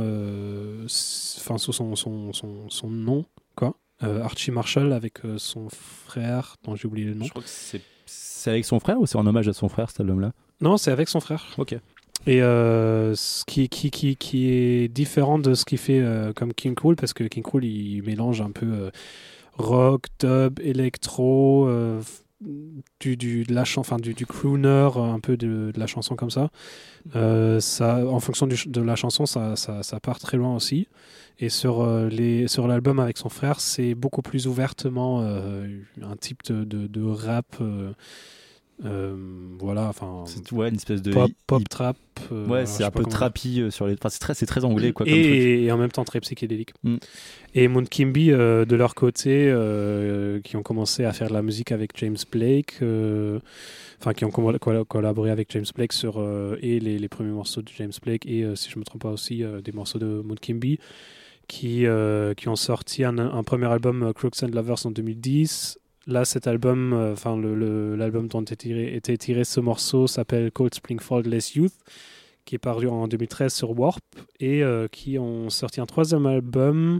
enfin euh, sous son, son, son, son nom quoi, euh, Archie Marshall avec euh, son frère dont j'ai oublié le nom.
Je crois que c'est C'est avec son frère ou c'est en hommage à son frère cet album-là ?
Non, c'est avec son frère.
Ok.
Et euh, ce qui, qui, qui, qui est différent de ce qu'il fait euh, comme King Krule, parce que King Krule il mélange un peu euh, rock, dub, électro, euh, du, du, de la chan- enfin, du, du crooner, un peu de, de la chanson comme ça. Euh, ça en fonction du, de la chanson, ça, ça, ça part très loin aussi. Et sur, euh, les, sur l'album avec son frère, c'est beaucoup plus ouvertement euh, un type de, de, de rap. Euh, euh, voilà, enfin.
C'est ouais, une espèce de
pop,
hip-
pop trap. euh,
Ouais,
voilà,
c'est
je sais
un
pas
peu
comment-
trappy euh, sur les. Enfin, c'est très, c'est très anglais quoi. Comme truc.
et, et en même temps très psychédélique.
Mm.
Et Moon Kimby, euh, de leur côté, euh, qui ont commencé à faire de la musique avec James Blake, euh, enfin qui ont colla- colla- collaboré avec James Blake sur euh, et les, les premiers morceaux de James Blake et euh, si je me trompe pas aussi euh, des morceaux de Moon Kimby, qui euh, qui ont sorti un, un premier album euh, Crooks and Lovers en deux mille dix. Là, cet album, enfin le, le, l'album dont était tiré, était tiré ce morceau s'appelle Cold Spring Less Youth, qui est paru en deux mille treize sur Warp, et euh, qui ont sorti un troisième album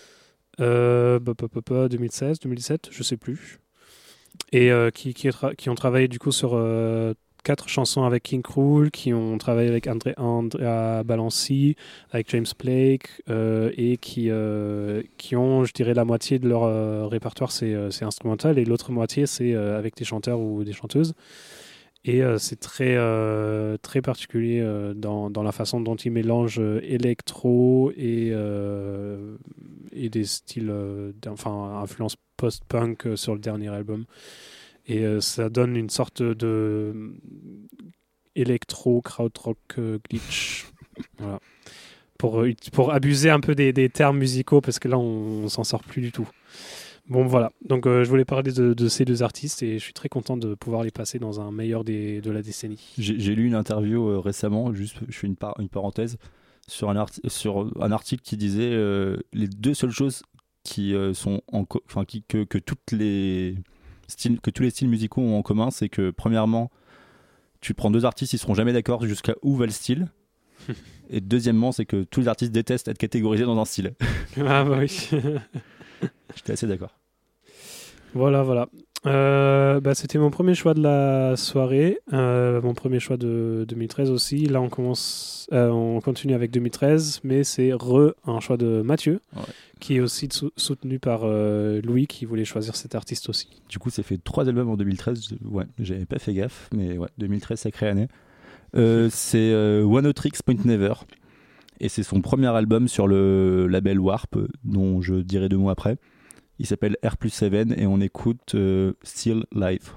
euh, bah, bah, bah, bah, deux mille seize, deux mille dix-sept, je sais plus, et euh, qui, qui, tra- qui ont travaillé du coup sur euh, quatre chansons avec King Krul, qui ont travaillé avec André, Andrea Balanci, avec James Blake, euh, et qui, euh, qui ont, je dirais, la moitié de leur euh, répertoire, c'est, euh, c'est instrumental, et l'autre moitié, c'est euh, avec des chanteurs ou des chanteuses. Et euh, c'est très, euh, très particulier euh, dans, dans la façon dont ils mélangent euh, électro et, euh, et des styles, euh, enfin, influence post-punk euh, sur le dernier album. Et euh, ça donne une sorte de euh, électro, krautrock, euh, glitch. Voilà. Pour, euh, pour abuser un peu des, des termes musicaux, parce que là, on, on s'en sort plus du tout. Bon, voilà. Donc, euh, je voulais parler de, de ces deux artistes et je suis très content de pouvoir les passer dans un meilleur des, de la décennie.
J'ai, j'ai lu une interview euh, récemment, juste je fais une, par, une parenthèse, sur un, arti- sur un article qui disait euh, les deux seules choses qui euh, sont en co- enfin, qui, que, que, toutes les styles, que tous les styles musicaux ont en commun, c'est que premièrement, tu prends deux artistes, ils seront jamais d'accord jusqu'à où va le style. Et deuxièmement, c'est que tous les artistes détestent être catégorisés dans un style.
Ah bah oui.
J'étais assez d'accord.
Voilà, voilà. Euh, bah, c'était mon premier choix de la soirée, euh, mon premier choix de deux mille treize aussi. Là, on commence, euh, on continue avec deux mille treize, mais c'est re un choix de Mathieu,
Ouais.
qui est aussi sou- soutenu par euh, Louis, qui voulait choisir cet artiste aussi.
Du coup, ça fait trois albums en deux mille treize. Ouais, j'avais pas fait gaffe, mais ouais, deux mille treize, sacrée année. Euh, c'est euh, One oh Tricks Point Never. Et c'est son premier album sur le label Warp, dont je dirai deux mots après. Il s'appelle R plus sept et on écoute euh, Still Live.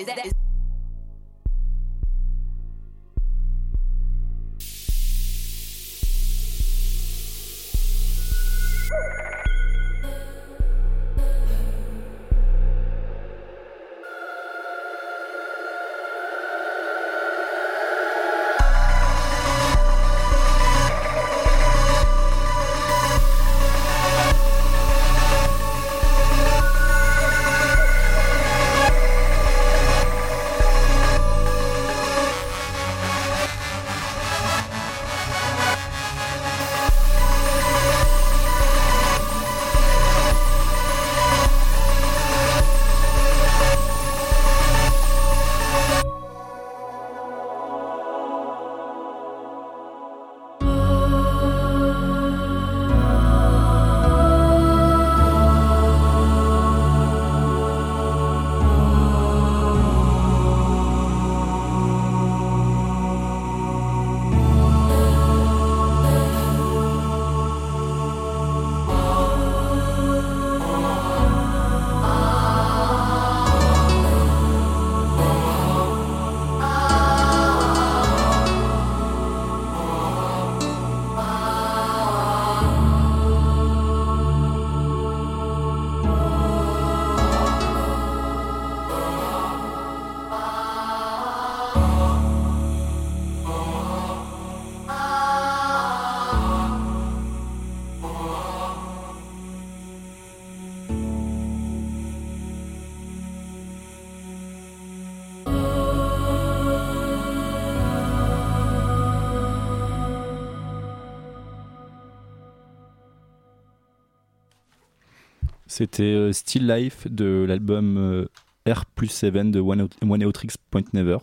Is that is
C'était euh, Still Life de l'album euh, R plus sept de One Hot Tricks Point Never.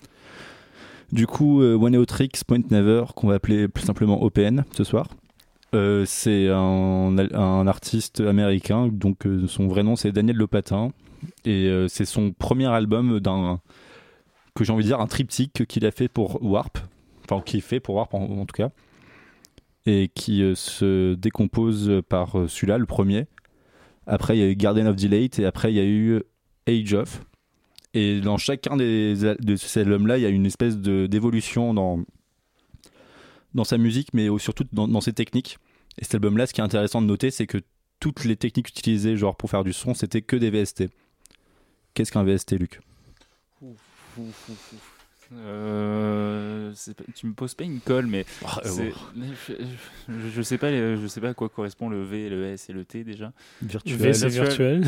Du coup, euh, One Hot Tricks Point Never, qu'on va appeler plus simplement O P N ce soir, euh, c'est un, un artiste américain, donc euh, son vrai nom c'est Daniel Lopatin, et euh, c'est son premier album d'un, que j'ai envie de dire, un triptyque qu'il a fait pour Warp, enfin qu'il fait pour Warp en, en tout cas, et qui euh, se décompose par euh, celui-là, le premier. Après, il y a eu Garden of Delight et après, il y a eu Age of. Et dans chacun des, de ces albums-là, il y a une espèce de, d'évolution dans, dans sa musique, mais surtout dans, dans ses techniques. Et cet album-là, ce qui est intéressant de noter, c'est que toutes les techniques utilisées genre, pour faire du son, c'était que des V S T. Qu'est-ce qu'un V S T, Luc ?
Ouf, ouf, ouf, ouf. Euh, c'est pas, tu me poses pas une colle, mais
oh,
c'est, je, je, je sais pas, je sais pas à quoi correspond le V, le S et le T déjà.
Virtuel. V c'est virtuel.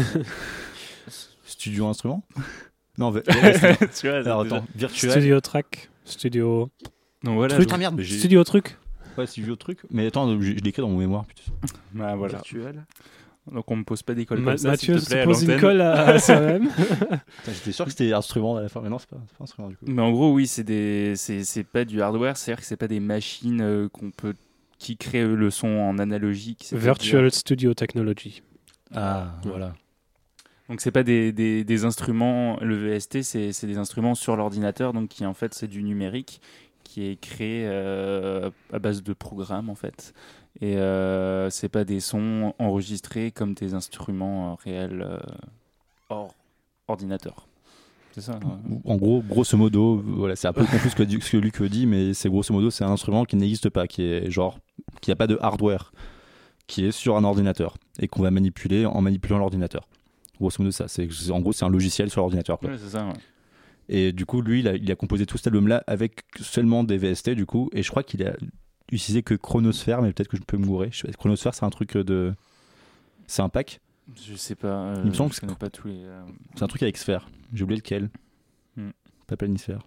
Studio instrument. Non, v-
tu vois,
alors
déjà...
attends, virtuel.
Studio track, studio.
Non voilà.
Truc.
Ah merde, mais j'ai...
Studio truc.
Ouais, studio truc. Mais attends, je, je l'ai écrit dans mon mémoire. Putain.
Bah, voilà.
Virtuel.
Donc on me pose pas des colles
Ma-
comme ça.
Mathieu
s'il te plaît,
se pose
à
une colle à, à soi-même.
Putain, j'étais sûr que c'était instrument à la fin, mais non, c'est pas, c'est pas instrument du coup.
Mais en gros, oui, c'est des, c'est, c'est pas du hardware, c'est-à-dire que c'est pas des machines euh, qu'on peut, qui créent euh, le son en analogique.
Virtual Studio Technology.
Ah, voilà.
Donc c'est pas des, des, des instruments. Le V S T, c'est, c'est des instruments sur l'ordinateur, donc qui en fait c'est du numérique qui est créé euh, à base de programmes en fait. Et euh, c'est pas des sons enregistrés comme des instruments euh, réels euh, hors ordinateur. C'est ça. Hein.
En gros, grosso modo, voilà, c'est un peu confus ce que, ce que Luc dit, mais c'est grosso modo, c'est un instrument qui n'existe pas, qui est genre, qui n'a pas de hardware, qui est sur un ordinateur et qu'on va manipuler en manipulant l'ordinateur. Grosso modo, ça, c'est, en gros, c'est un logiciel sur l'ordinateur. Quoi.
Ouais, c'est ça. Ouais.
Et du coup, lui, il a, il a composé tout cet album-là avec seulement des V S T, du coup, et je crois qu'il a utilisé que Chronosphère, mais peut-être que je peux me gourer. Je sais, Chronosphère, c'est un truc de, c'est un pack.
Je sais pas. Euh,
il me semble
je
que
connais pas tous les. Euh...
C'est un truc avec sphère. J'ai oublié lequel.
Hmm.
Pas planisphère.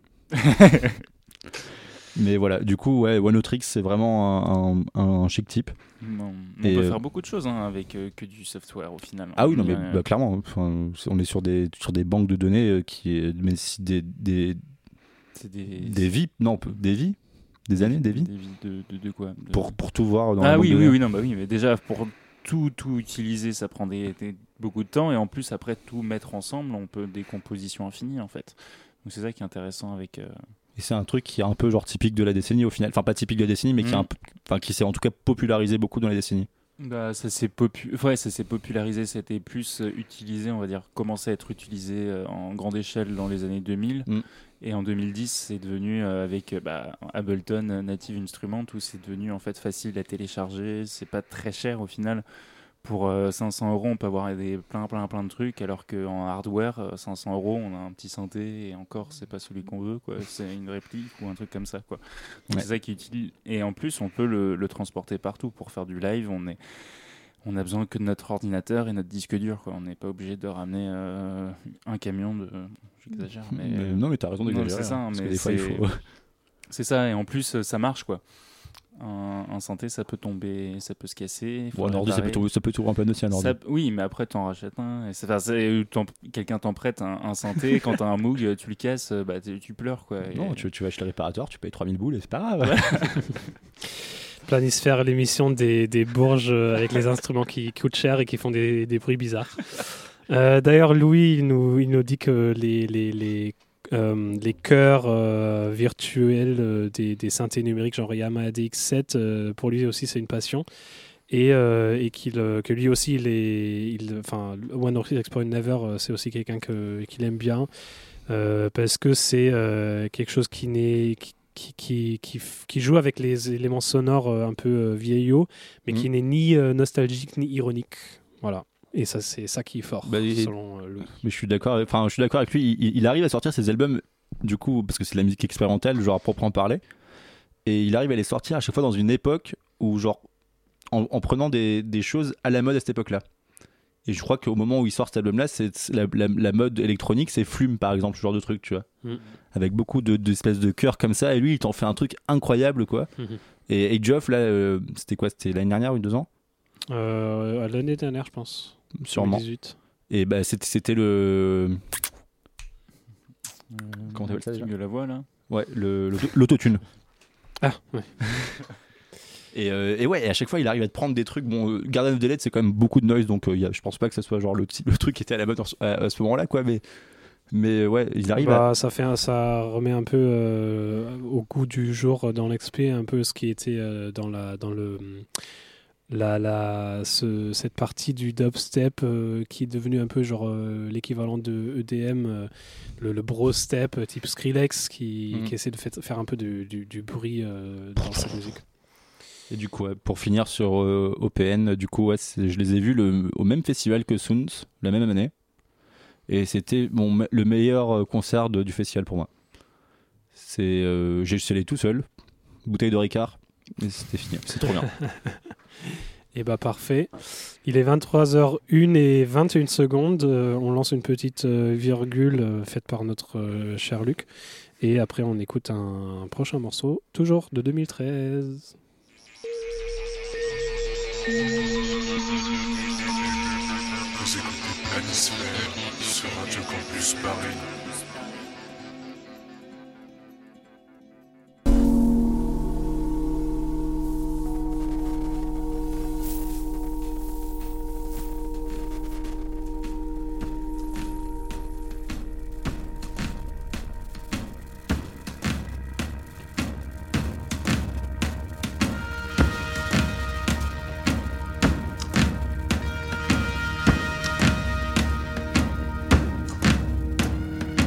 Mais voilà, du coup, ouais, One Hot Tricks, c'est vraiment un, un, un chic type.
On, on
et
peut
euh...
faire beaucoup de choses hein, avec euh, que du software au final.
Ah oui, non, mais
euh...
bah, clairement, enfin, on est sur des, sur des banques de données euh, qui est, mais si des, des,
c'est des,
des vies, non, des vies, des années, des vies.
Des vies de, de, de quoi de...
Pour, pour tout voir dans
ah
la banque
oui,
de
oui,
données.
oui, non, bah oui, mais déjà pour tout, tout utiliser, ça prend des, des, beaucoup de temps et en plus après tout mettre ensemble, on peut des compositions infinies en fait. Donc c'est ça qui est intéressant avec. Euh...
Et c'est un truc qui est un peu genre typique de la décennie au final, enfin pas typique de la décennie, mais mmh. qui, est un peu, enfin, qui s'est en tout cas popularisé beaucoup dans la décennie.
Bah, ça s'est popu... ouais, ça s'est popularisé, c'était plus euh, utilisé, on va dire, commencé à être utilisé euh, en grande échelle dans les années deux mille.
Mm.
Et en deux mille dix, c'est devenu euh, avec euh, bah, Ableton euh, Native Instruments, où c'est devenu en fait facile à télécharger, c'est pas très cher au final. Pour euh, cinq cents euros, on peut avoir des, plein, plein, plein de trucs, alors qu'en hardware, euh, cinq cents euros, on a un petit synthé, et encore, c'est pas celui qu'on veut, quoi. C'est une réplique ou un truc comme ça, quoi. Donc
Ouais.
c'est ça qui est utile. Et en plus, on peut le, le transporter partout pour faire du live. On est, on a besoin que de notre ordinateur et notre disque dur, quoi. On n'est pas obligé de ramener euh, un camion de. J'exagère, mais.
Mais non, mais t'as raison
non,
d'exagérer.
c'est ça,
hein, parce
mais
que des fois, il
c'est-
faut.
C'est ça, et en plus, ça marche, quoi. Un, un synthé, ça peut tomber, ça peut se casser. il faut
Bon, un ordi, ça peut,
réparer.
tomber- ça peut tourner en panne aussi, un ordi.
Ça- oui, mais après, t'en rachètes un. Et c'est- enfin, c'est- t'en- quelqu'un t'en prête un, un synthé. Quand t'as un Moog, tu le casses, bah, tu, tu pleures, quoi. Et-
Non, tu, tu vas chez le réparateur, tu payes trois mille boules et c'est pas grave.
Planisphère, l'émission des, des bourges euh, avec les instruments qui coûtent cher et qui font des, des bruits bizarres. Euh, D'ailleurs, Louis, il nous, il nous dit que les, les, les, euh, les chœurs euh, virtuels euh, des, des synthés numériques, genre Yamaha D X sept, euh, pour lui aussi, c'est une passion. Et, euh, et qu'il, euh, que lui aussi, il est, il, enfin, One Orchid Exploring Never, euh, c'est aussi quelqu'un que, qu'il aime bien, euh, parce que c'est euh, quelque chose qui n'est... Qui, qui, qui, qui, f- qui joue avec les éléments sonores euh, un peu euh, vieillots, mais
Mm.
qui n'est ni euh, nostalgique ni ironique. Voilà. Et ça, c'est ça qui est fort,
Bah, et-
selon euh, Louis.
Mais je suis d'accord. Enfin, je suis d'accord avec lui. Il, il arrive à sortir ses albums, du coup, parce que c'est de la musique expérimentale, genre à proprement parler. Et il arrive à les sortir à chaque fois dans une époque où, genre, en, en prenant des, des choses à la mode à cette époque-là. Et je crois qu'au moment où il sort cet album-là, c'est c'est la, la, la mode électronique, c'est Flume par exemple, ce genre de truc, tu vois,
Mm.
avec beaucoup de d'espèces de chœurs comme ça. Et lui, il t'en fait un truc incroyable, quoi.
Mhm.
Et Age of, là, euh, c'était quoi? C'était l'année dernière ou deux ans,
Euh, L'année dernière, je pense.
sûrement.
deux mille dix-huit.
Et bah, c'était c'était le
Euh,
Comment t'appelles ça, déjà
de la voix, là.
ouais, le l'auto- l'autotune.
Ah, ouais.
Et, euh, et ouais, et à chaque fois, il arrive à te prendre des trucs. Bon, euh, Garden of the Dead, c'est quand même beaucoup de noise, donc euh, y a, je pense pas que ça soit genre le, ti- le truc qui était à la mode en ce- à, à ce moment-là, quoi. Mais, mais ouais, il arrive à.
Bah, ça, fait un- ça remet un peu euh, au goût du jour dans l'ex P un peu ce qui était euh, dans, la, dans le, la, la, ce- cette partie du dubstep euh, qui est devenu un peu genre euh, l'équivalent de E D M, euh, le, le bro step euh, type Skrillex qui,
Mhm.
qui essaie de fait- faire un peu du, du, du bruit euh, dans cette musique.
Et du coup, ouais, pour finir sur euh, O P N, du coup, ouais, c'est- je les ai vus le- au même festival que Sounds, la même année. Et c'était mon, me- le meilleur euh, concert de- du festival pour moi. C'est, euh, j'ai scellé tout seul, bouteille de Ricard, et c'était fini. C'est trop bien.
Et bah parfait. Il est vingt-trois heures une et vingt et une secondes. Euh, on lance une petite euh, virgule euh, faite par notre euh, cher Luc. Et après, on écoute un, un prochain morceau, toujours de deux mille treize.
Vous écoutez Planisphère sur Radio Campus Paris.
Thank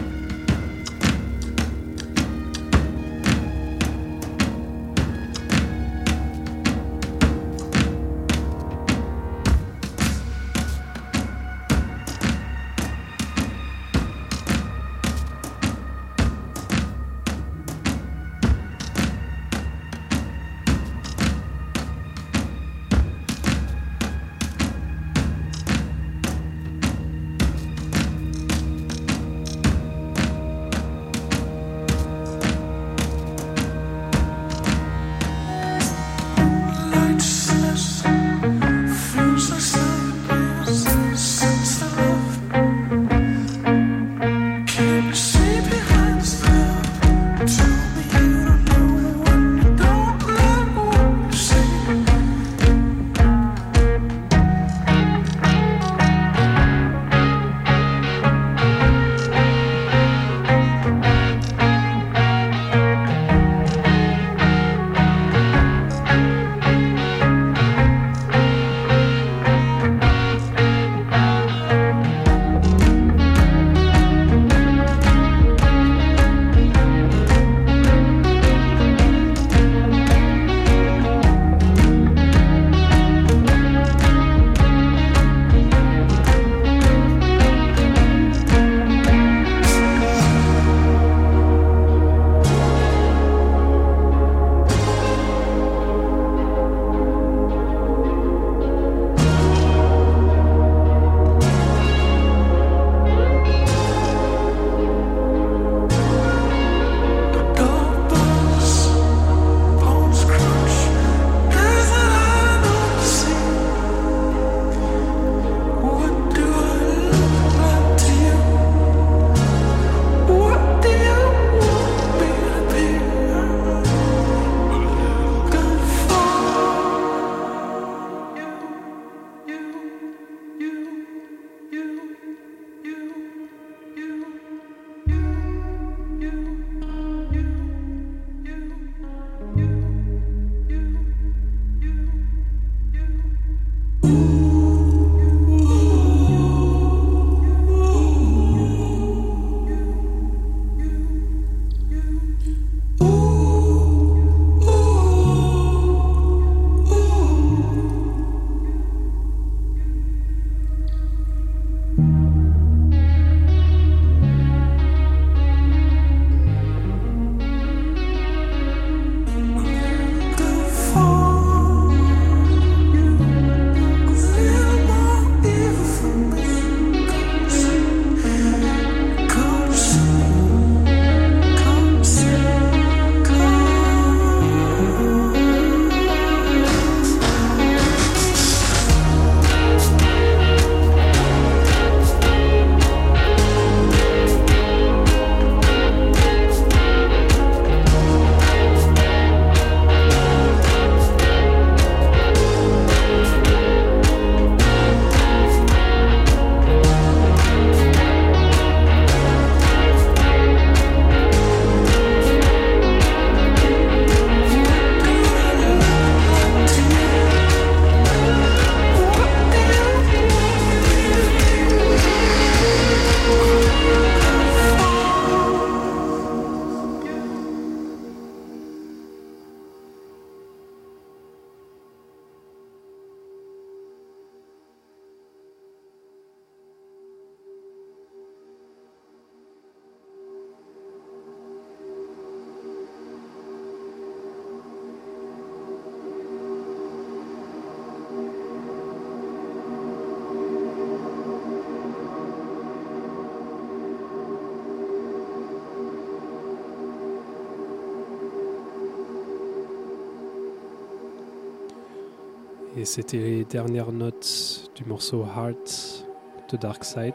Et c'était les dernières notes du morceau Heart de Darkside,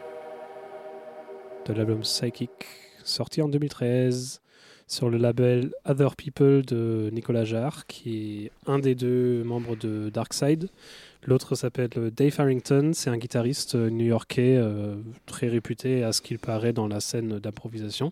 de l'album Psychic, sorti en deux mille treize sur le label Other People de Nicolas Jarre, qui est un des deux membres de Darkside. L'autre s'appelle Dave Harrington, c'est un guitariste new-yorkais euh, très réputé à ce qu'il paraît dans la scène d'improvisation.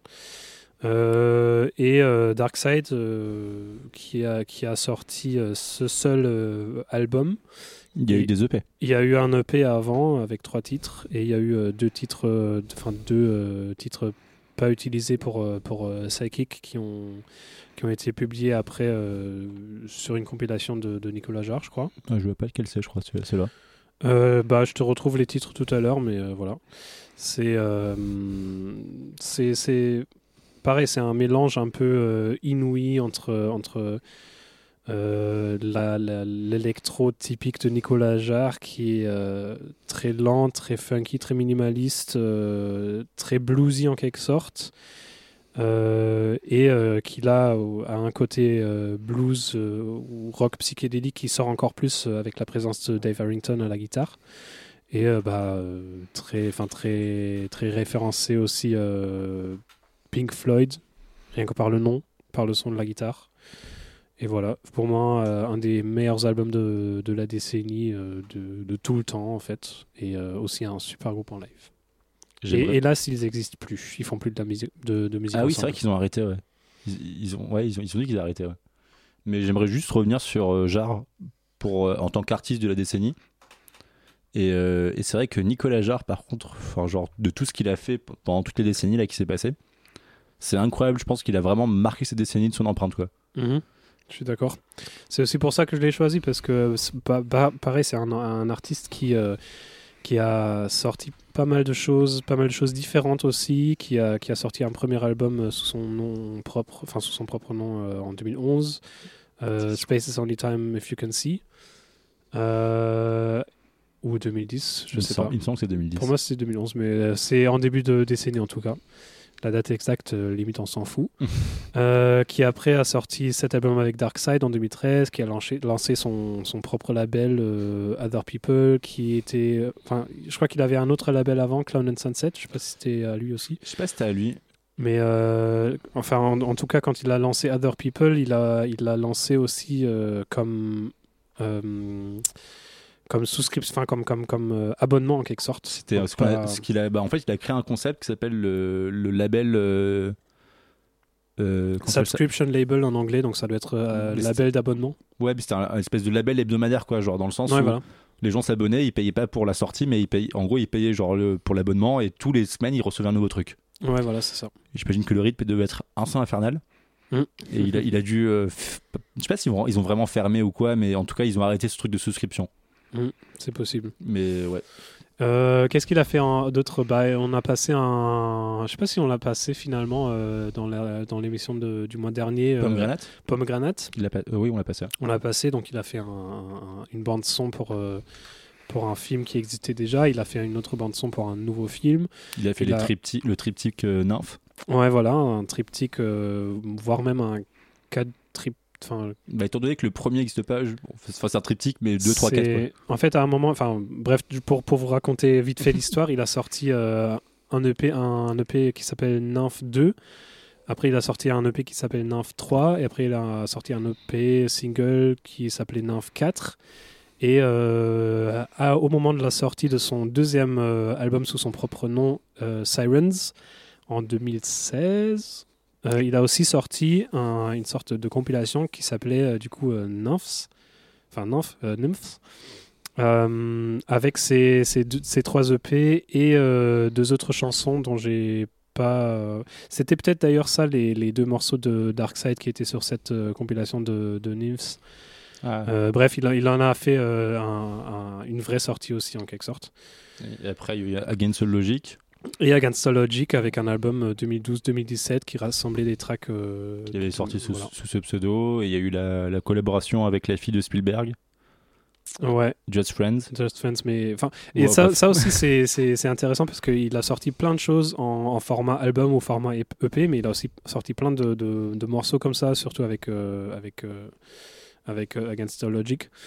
Euh, et euh, Darkside euh, qui, a, qui a sorti euh, ce seul euh, album.
Il y a
et
eu des E P.
Il y a eu un E P avant avec trois titres et il y a eu euh, deux titres, euh, enfin deux euh, titres pas utilisés pour euh, pour euh, Psychic qui ont qui ont été publiés après euh, sur une compilation de, de Nicolas Jarre, je crois.
Ah, je vois pas lequel c'est, je crois, celui-là. C'est là.
Euh, bah, je te retrouve les titres tout à l'heure, mais euh, voilà. C'est euh, c'est c'est pareil, c'est un mélange un peu euh, inouï entre, entre euh, la, la, l'électro typique de Nicolas Jarre qui est euh, très lent, très funky, très minimaliste, euh, très bluesy en quelque sorte, euh, et euh, qui là a un côté euh, blues euh, ou rock psychédélique qui sort encore plus euh, avec la présence de Dave Harrington à la guitare. Et euh, bah, euh, très, très, très référencé aussi euh, Pink Floyd, rien que par le nom, par le son de la guitare. Et voilà, pour moi, euh, un des meilleurs albums de, de la décennie, euh, de, de tout le temps en fait, et euh, aussi un super groupe en live. Et hélas, ils n'existent plus, ils font plus de, la musique, de, de musique
Ah oui,
ensemble.
c'est vrai qu'ils ont arrêté, ouais. Ils, ils ont, ouais, ils ont, ils ont dit qu'ils arrêtaient, ouais. Mais j'aimerais juste revenir sur euh, Jarre pour, euh, en tant qu'artiste de la décennie. Et, euh, et c'est vrai que Nicolas Jarre, par contre, enfin, genre, de tout ce qu'il a fait pendant toutes les décennies là, qui s'est passé, c'est incroyable. Je pense qu'il a vraiment marqué cette décennie de son empreinte, quoi.
Mmh. Je suis d'accord. C'est aussi pour ça que je l'ai choisi, parce que bah, bah, pareil, c'est un, un artiste qui, euh, qui a sorti pas mal de choses, pas mal de choses différentes aussi, qui a, qui a sorti un premier album sous son nom propre, enfin sous son propre nom euh, en deux mille onze, euh, Space is Only Time If You Can See. Euh, ou deux mille dix, je
il
sais
semble,
pas.
Il me semble que c'est deux mille dix.
Pour moi, c'est deux mille onze, mais c'est en début de décennie en tout cas. La date exacte, euh, limite, on s'en fout. euh, qui après a sorti cet album avec Darkside en deux mille treize, qui a lancé, lancé son, son propre label euh, Other People, qui était. Enfin, je crois qu'il avait un autre label avant, Clown and Sunset. Je sais pas si c'était à lui aussi.
Je sais pas si c'était à lui.
Mais euh, enfin, en, en tout cas, quand il a lancé Other People, il a, il l'a lancé aussi euh, comme. Euh, comme souscription, enfin comme comme comme euh, abonnement en quelque sorte.
C'était
Donc,
ce,
pas...
ce qu'il a. Bah, en fait, il a créé un concept qui s'appelle le, le label. Euh, euh,
Subscription label en anglais, donc ça doit être euh, label d'abonnement.
Ouais, mais c'était un, un espèce de label hebdomadaire, quoi, genre dans le sens
ouais,
où
voilà.
les gens s'abonnaient, ils payaient pas pour la sortie, mais ils payaient, en gros, ils payaient genre le, pour l'abonnement et tous les semaines ils recevaient un nouveau truc.
Ouais, voilà, c'est ça.
Et j'imagine que le rythme devait être instant infernal.
Mmh.
Et il a, il a dû. Euh, f... Je sais pas s'ils ont, ils ont vraiment fermé ou quoi, mais en tout cas, ils ont arrêté ce truc de souscription.
Mmh, c'est possible.
Mais ouais.
Euh, qu'est-ce qu'il a fait en, d'autre? Bah, on a passé un. Je sais pas si on l'a passé finalement euh, dans, la, dans l'émission de, du mois dernier. Euh,
Pomegranate
Pomegranate.
Il l'a pas... euh, Oui, on l'a passé.
On l'a passé, donc il a fait un, un, une bande-son pour, euh, pour un film qui existait déjà. Il a fait une autre bande-son pour un nouveau film.
Il a fait
il
les
a...
tripty... le triptyque euh, Nymph.
Ouais, voilà, un triptyque, euh, voire même un quatre trip. Enfin,
bah, étant donné que le premier n'existe pas, je... enfin, c'est un triptyque, mais deux, trois, quatre.
En fait, à un moment, enfin, bref, pour, pour vous raconter vite fait l'histoire, il a sorti euh, un, E P, un, un E P qui s'appelle Nymph deux. Après, il a sorti un E P qui s'appelle Nymph trois. Et après, il a sorti un E P single qui s'appelait Nymph quatre. Et euh, à, au moment de la sortie de son deuxième euh, album sous son propre nom, euh, Sirens, en deux mille seize. Euh, il a aussi sorti un, une sorte de compilation qui s'appelait euh, du coup euh, Nymphs, enfin Nymph, euh, Nymphs, euh, avec ces, ces, deux, ces trois E P et euh, deux autres chansons dont j'ai pas. Euh... C'était peut-être d'ailleurs ça les, les deux morceaux de Darkside qui étaient sur cette euh, compilation de, de Nymphs. Ah. Euh, bref, il, a, il en a fait euh, un, un, une vraie sortie aussi en quelque sorte.
Et après, il y a Against All Logic.
Et Against All Logic avec un album deux mille douze deux mille dix-sept qui rassemblait des tracks euh,
qui avait sorti sous,
voilà.
sous ce pseudo. Et il y a eu la, la collaboration avec la fille de Spielberg.
Ouais.
Just Friends.
Just Friends, mais enfin. Et
ouais,
ça, ça aussi c'est, c'est, c'est intéressant parce qu'il a sorti plein de choses en, en format album ou format E P, mais il a aussi sorti plein de, de, de morceaux comme ça, surtout avec euh, avec euh, avec euh, Against All Logic.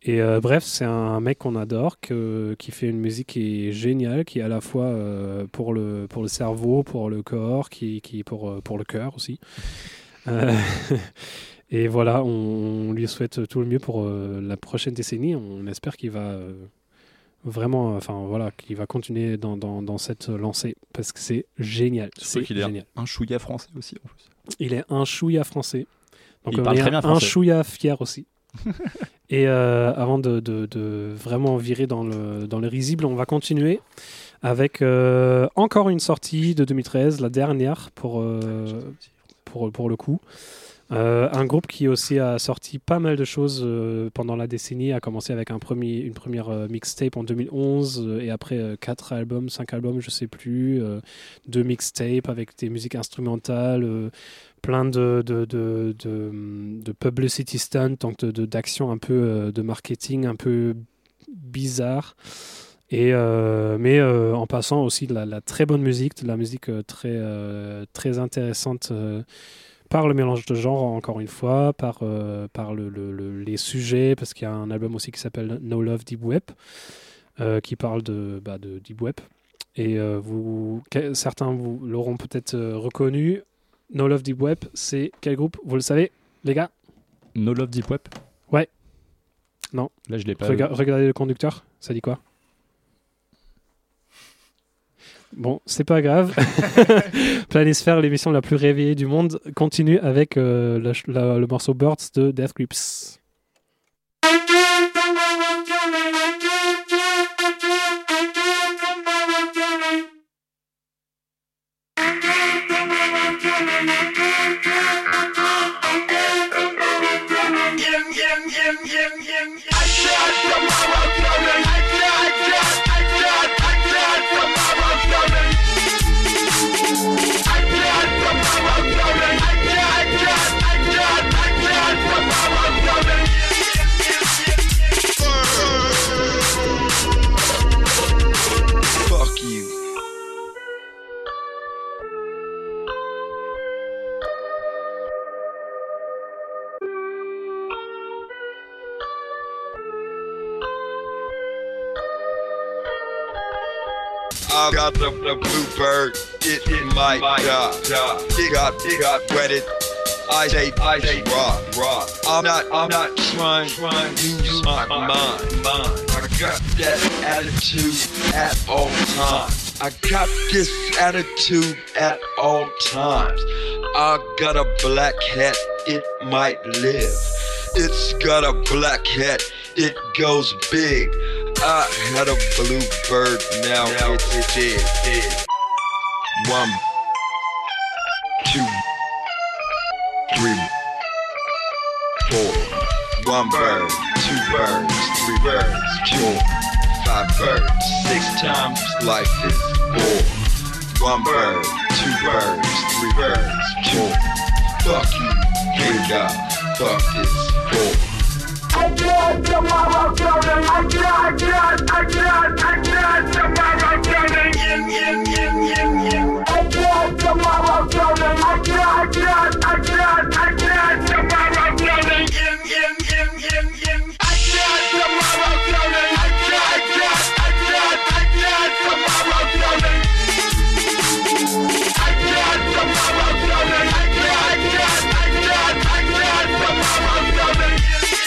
Et euh, bref, c'est un mec qu'on adore, que, qui fait une musique qui est géniale, qui est à la fois euh, pour, le, pour le cerveau, pour le corps, qui, qui pour, euh, pour le cœur aussi. Euh, et voilà, on, on lui souhaite tout le mieux pour euh, la prochaine décennie. On espère qu'il va euh, vraiment, enfin voilà, qu'il va continuer dans, dans, dans cette lancée, parce que c'est génial.
Je
C'est
crois qu'il est
génial.
un chouïa français aussi en plus.
Il est un chouïa français. Donc
Il
on
parle
est
très bien
un
français.
chouïa fier aussi. Et euh, avant de, de, de vraiment virer dans le, dans le risible, on va continuer avec euh, encore une sortie de deux mille treize, la dernière pour, euh, pour, pour le coup. Euh, un groupe qui aussi a sorti pas mal de choses euh, pendant la décennie, a commencé avec un premier, une première euh, mixtape en deux mille onze euh, et après euh, quatre albums, cinq albums, je sais plus, euh, deux mixtapes avec des musiques instrumentales, euh, plein de, de, de, de, de publicity stunt, donc de, de, d'action un peu euh, de marketing un peu bizarre. Et euh, mais euh, en passant aussi de la, la très bonne musique, de la musique euh, très, euh, très intéressante euh, par le mélange de genres, encore une fois, par, euh, par le, le, le, les sujets, parce qu'il y a un album aussi qui s'appelle No Love Deep Web, euh, qui parle de, bah, de Deep Web. Et euh, vous, que, certains vous l'auront peut-être euh, reconnu. No Love Deep Web, c'est quel groupe? Vous le savez, les gars?
No Love Deep Web?
Ouais. Non.
Là, je l'ai pas.
Rega- regardez le conducteur, ça dit quoi? Bon, c'est pas grave. Planisphère, l'émission la plus réveillée du monde, continue avec euh, le, la, le morceau Birds de Death Grips.
Fuck you. I got the, the bluebird, it, it might die. It got, it got wetted. I say, I say, rock, rock. I'm not, I'm not trying, trying to use my mind, mind. I got that attitude at all times. I got this attitude at all times. I got a black hat, it might live. It's got a black hat, it goes big. I had a bluebird, now, now it's dead, dead. One, two, three, four. One bird, two birds, three birds, four, five birds. Six times life is four. One bird, two birds, three birds, four. Fuck you, thank God, fuck this four. I got tomorrow coming, I got, I got, I got, I got tomorrow coming. Yin, yin, yin, yin, yin. I got tomorrow coming, I got, I got, I got, I got tomorrow coming. Yin, yin, yin, yin, yin. I got tomorrow coming, I got, I got, I got, I got tomorrow coming. I got tomorrow coming, I got, I got, I got, I got tomorrow coming.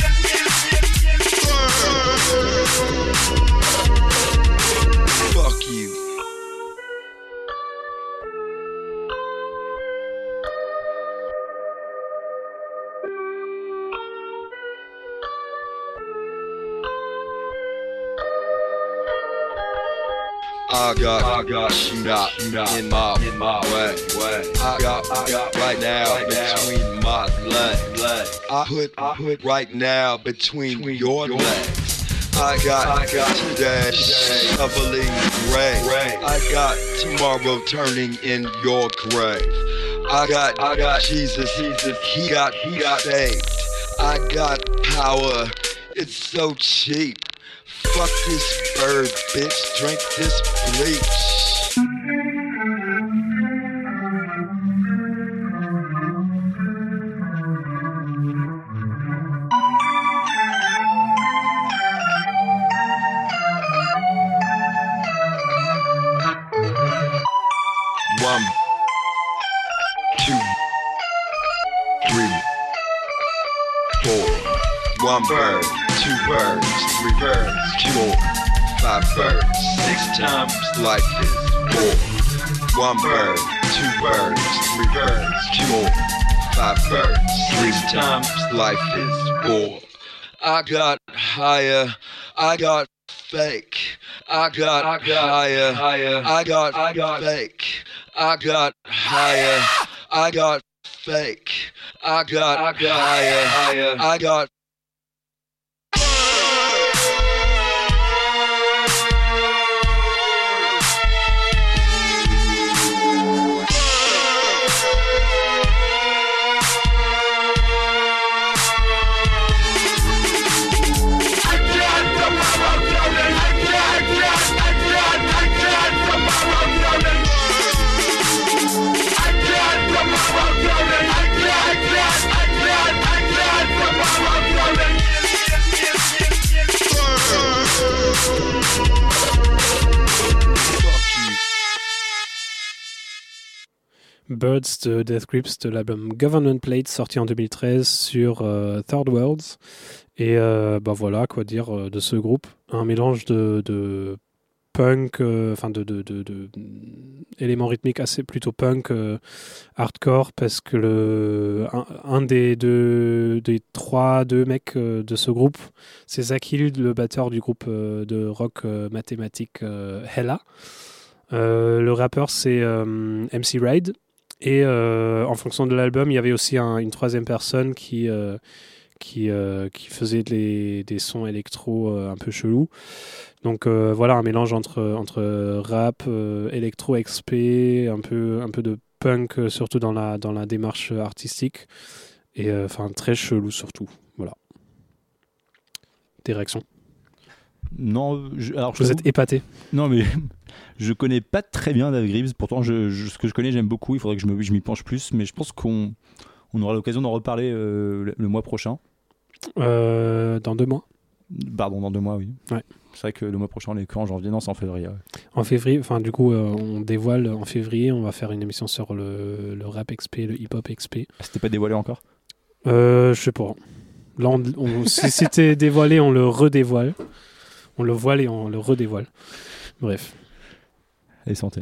Fuck you. I got, I got shoot out, shoot out in my, in my way, way. I got, I got right now right between now. my legs. Leg. I put, I put right now between, between your, your legs. I got, I got today, today shoveling grave. I got tomorrow turning in your grave. I got, I got Jesus, Jesus, he got, he got saved. I got power, it's so cheap. Fuck this bird, bitch, drink this bleach.
One bird, two birds, three birds, four, five birds, six times life is four. One bird, two birds, three birds, four, five birds, six times life is four. I got higher, I got fake. I got, I got higher, higher. I got, I got fake. I got higher, I got fake. I got, I got higher, higher. I got.
Birds de Death Grips de l'album Government Plates sorti en deux mille treize sur euh, Third Worlds. Et euh, bah voilà, quoi dire euh, de ce groupe. Un mélange de, de punk, enfin euh, de, de, de, de éléments rythmiques assez plutôt punk, euh, hardcore, parce que le, un, un des, deux, des trois, deux mecs euh, de ce groupe, c'est Zach Hill, le batteur du groupe euh, de rock euh, mathématique euh, Hella. Euh, le rappeur, c'est euh, M C Ride. Et euh, en fonction de l'album, il y avait aussi un, une troisième personne qui, euh, qui, euh, qui faisait des, des sons électro euh, un peu chelous. Donc euh, voilà, un mélange entre, entre rap, euh, électro X P, un peu, un peu de punk, euh, surtout dans la, dans la démarche artistique. Et enfin, euh, très chelou surtout. Voilà. Des réactions ?
Non, je, alors
vous êtes épaté.
Non, mais je connais pas très bien Death Grips. Pourtant, je, je, ce que je connais, j'aime beaucoup. Il faudrait que je, me, je m'y penche plus. Mais je pense qu'on on aura l'occasion d'en reparler euh, le, le mois prochain.
Euh, dans deux mois.
Pardon, dans deux mois, oui.
Ouais.
C'est vrai que le mois prochain, on est quand en janvier ? Non, c'est en février. Ouais.
En février, enfin, du coup, euh, on dévoile en février. On va faire une émission sur le, le rap X P, le hip-hop X P.
C'était pas dévoilé encore ?
euh, Je sais pas. Là, on, on, si c'était dévoilé, on le redévoile. On le voile et on le redévoile. Bref.
Et santé.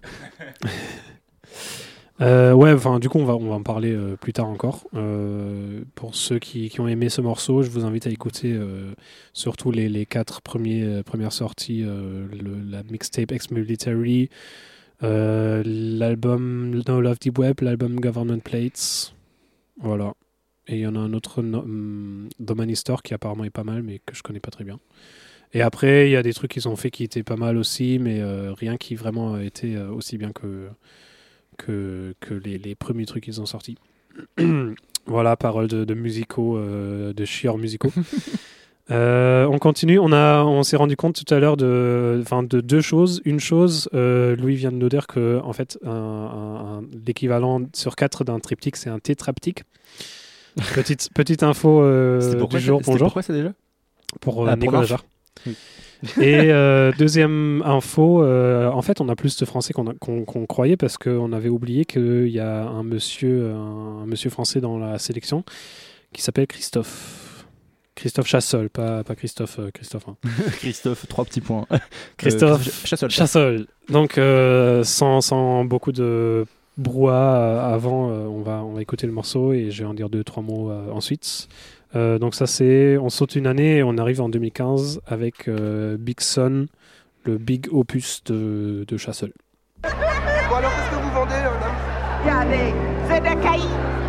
euh, ouais, enfin, du coup, on va, on va en parler euh, plus tard encore. Euh, pour ceux qui, qui ont aimé ce morceau, je vous invite à écouter euh, surtout les, les quatre premiers, euh, premières sorties, euh, le, la mixtape Ex-Military, euh, l'album No Love Deep Web, l'album Government Plates. Voilà. Et il y en a un autre, no, um, Domani Store, qui apparemment est pas mal, mais que je connais pas très bien. Et après, il y a des trucs qu'ils ont fait qui étaient pas mal aussi, mais euh, rien qui vraiment a été euh, aussi bien que, que, que les, les premiers trucs qu'ils ont sortis. Voilà, parole de, de musicaux, euh, de chieurs musicaux. euh, on continue. On, a, on s'est rendu compte tout à l'heure de, de deux choses. Une chose, euh, Louis vient de nous dire que en fait, un, un, un, l'équivalent sur quatre d'un triptyque, c'est un tétraptyque. Petite, petite info euh, du jour.
C'était
bonjour.
Pourquoi ça déjà ?
Pour euh,
ah,
Nicolas
pour
Jarre.
Oui.
Et euh, deuxième info, euh, en fait, on a plus de Français qu'on, a, qu'on, qu'on croyait parce qu'on avait oublié qu'il y a un monsieur, un, un monsieur français dans la sélection qui s'appelle Christophe. Christophe Chassol, pas, pas Christophe. Euh, Christophe, hein.
Christophe, trois petits points.
Christophe
euh, Chassol.
Chassol. Donc, euh, sans, sans beaucoup de brouhaha avant, euh, on, va, on va écouter le morceau et je vais en dire deux, trois mots euh, ensuite. Euh, donc ça c'est, on saute une année et on arrive en deux mille quinze avec euh, Big Son, le big opus de, de Chassol.
Bon alors qu'est-ce que vous vendez là, madame ?
Il y a des œufs de caillis,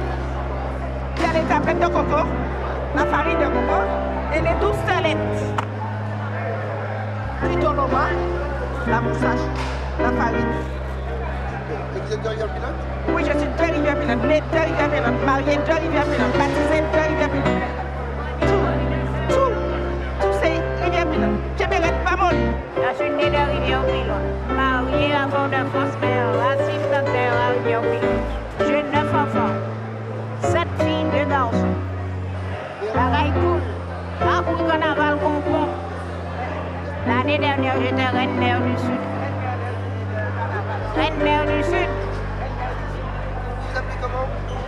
il y a les tablettes de coco, la farine de coco et les douze salettes. Plutôt Roma, la moustache, la farine.
Et vous êtes de Rivière-Pilote ?
Oui, je suis de Rivière-Pilote, née de Rivière-Pilote, mariée de Rivière-Pilote, baptisée de Rivière-Pilote. Tout, tout, tout c'est Rivière-Pilote. Je mérite pas mon.
Je suis née de Rivière-Pilote, mariée avant de France mère, assistante à Rivière-Pilote. J'ai neuf enfants, sept filles, deux garçons. La raille cool, ah oui, carnaval comprend. L'année dernière, j'étais reine-mère du Sud. Reine-mère du Sud.
Vous appelez comment ?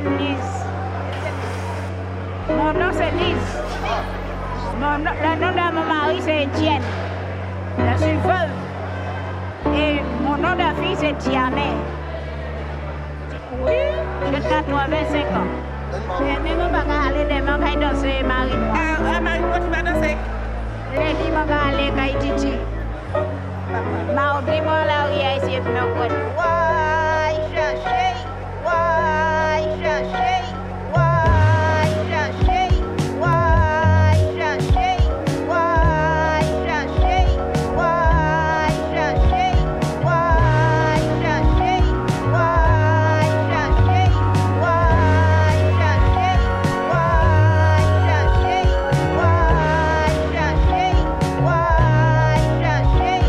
Madame Étienne Lise. Mon nom c'est Lise. Mon nom- le nom de mon mari c'est Étienne. Je suis veuve. Et mon nom de fille c'est Tiané. Oui, j'ai quatre-vingt-cinq ans. Et même on va aller demain pour danser Marie Noire. Ah, Marie Noire, tu vas danser? Lundi, on va aller à Titi. Mardi, moi là, il y a ici pour nous connaître. Why, chercher, why, chercher, why, chercher, why, chercher, why, chercher, why, chercher, why, chercher, why, chercher, why, chercher, why, chercher, why, chercher, why, chercher,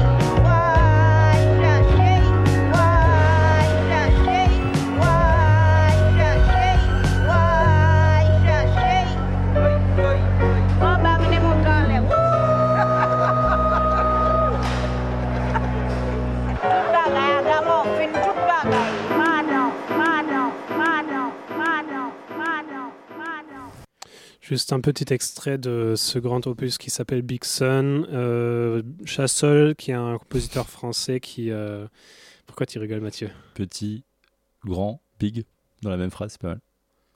Juste un petit extrait de ce grand opus qui s'appelle Big Sun. Euh, Chassol, qui est un compositeur français qui... euh, Pourquoi tu rigoles, Mathieu?
Petit, grand, big, dans la même phrase, c'est pas mal.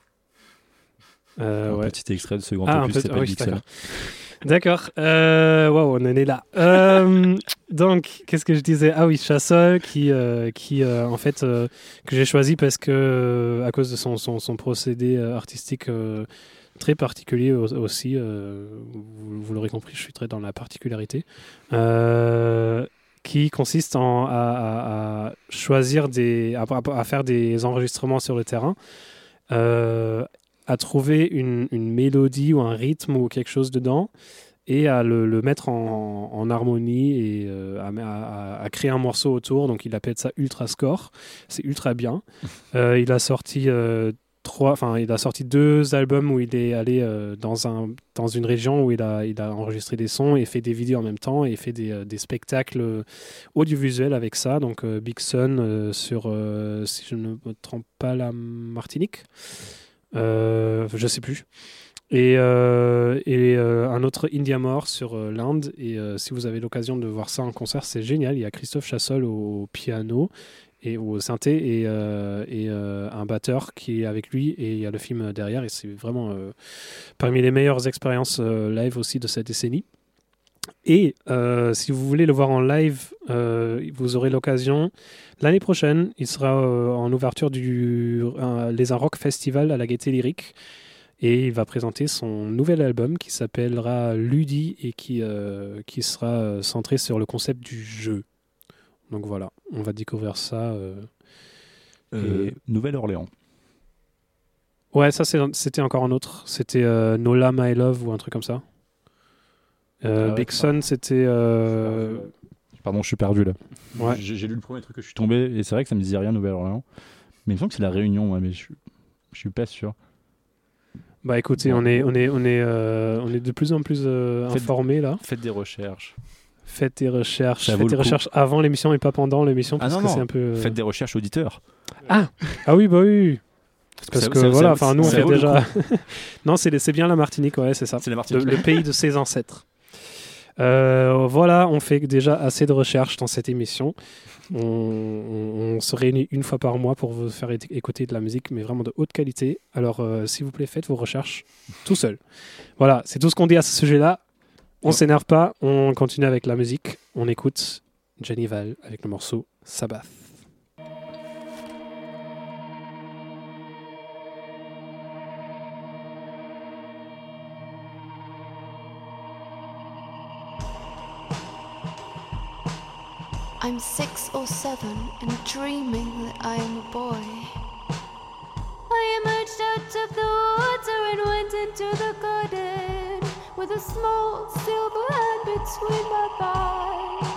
Euh,
un
ouais.
petit extrait de ce grand
Ah,
opus
un
qui
peu-
s'appelle
oui,
Big
d'accord.
Sun.
D'accord. Euh, Waouh, on en est là. Euh, donc, qu'est-ce que je disais? Ah oui, Chassol, qui, euh, qui euh, en fait, euh, que j'ai choisi parce que, euh, à cause de son, son, son procédé euh, artistique euh, très particulier au- aussi, euh, vous, vous l'aurez compris, je suis très dans la particularité, euh, qui consiste en, à, à- à choisir des, à, à- à faire des enregistrements sur le terrain. Euh, à trouver une, une mélodie ou un rythme ou quelque chose dedans et à le, le mettre en, en harmonie et euh, à, à- à créer un morceau autour. Donc il appelle ça Ultra Score. C'est ultra bien. Euh, il a sorti euh, trois, enfin il a sorti deux albums où il est allé euh, dans un dans une région où il a il a enregistré des sons et fait des vidéos en même temps et fait des, euh, des spectacles audiovisuels avec ça. Donc euh, Big Sun euh, sur euh, si je ne me trompe pas la Martinique. Euh, je sais plus. Et, euh, et euh, un autre Indiamore sur euh, l'Inde. Et euh, si vous avez l'occasion de voir ça en concert, c'est génial. Il y a Christophe Chassol au piano et au synthé et, euh, et euh, un batteur qui est avec lui. Et il y a le film derrière. Et c'est vraiment euh, parmi les meilleures expériences euh, live aussi de cette décennie. Et euh, si vous voulez le voir en live, euh, vous aurez l'occasion l'année prochaine. Il sera euh, en ouverture du euh, Les Un Rock Festival à la Gaieté Lyrique et il va présenter son nouvel album qui s'appellera Ludi et qui, euh, qui sera euh, centré sur le concept du jeu. Donc voilà, on va découvrir ça. Euh,
Euh,
et-
Nouvelle-Orléans.
Ouais, ça c'est- c'était encore un autre. C'était euh, Nola My Love ou un truc comme ça. Euh,
Ah ouais,
Big
c'est
Sun, c'était. euh,
Pardon, je suis perdu là.
Ouais.
J'ai j'ai lu le premier truc que je suis tombé et c'est vrai que ça me disait rien Nouvelle-Orléans. Mais il me semble que c'est la Réunion, moi, mais je, je suis pas sûr.
Bah écoutez,
Bon.
on est, on est, on est, euh, on est de plus en plus euh,
Faites-
informés là.
Faites des recherches.
Faites tes recherches.
Ça vaut
Faites tes
le coup.
recherches avant l'émission et pas pendant l'émission
Ah
parce
non,
que
non,
c'est un peu. euh,
faites des recherches auditeurs.
Ah ah oui bah oui. Parce
Ça-
que
ça-
voilà,
ça-
enfin nous on
ça
fait
vaut le
déjà. non, c'est c'est bien la Martinique, ouais, c'est ça.
C'est la Martinique.
Le, le pays de ses ancêtres. Euh, voilà, on fait déjà assez de recherches dans cette émission. On, on- on se réunit une fois par mois pour vous faire é- écouter de la musique, mais vraiment de haute qualité. Alors, euh, s'il vous plaît, faites vos recherches tout seul. Voilà, c'est tout ce qu'on dit à ce sujet-là. On
Ouais.
s'énerve pas, on continue avec la musique. On écoute Jenny Val avec le morceau Sabbath.
I'm six or seven and dreaming that I am a boy. I emerged out of the water and went into the garden with a small silver hand between my thighs.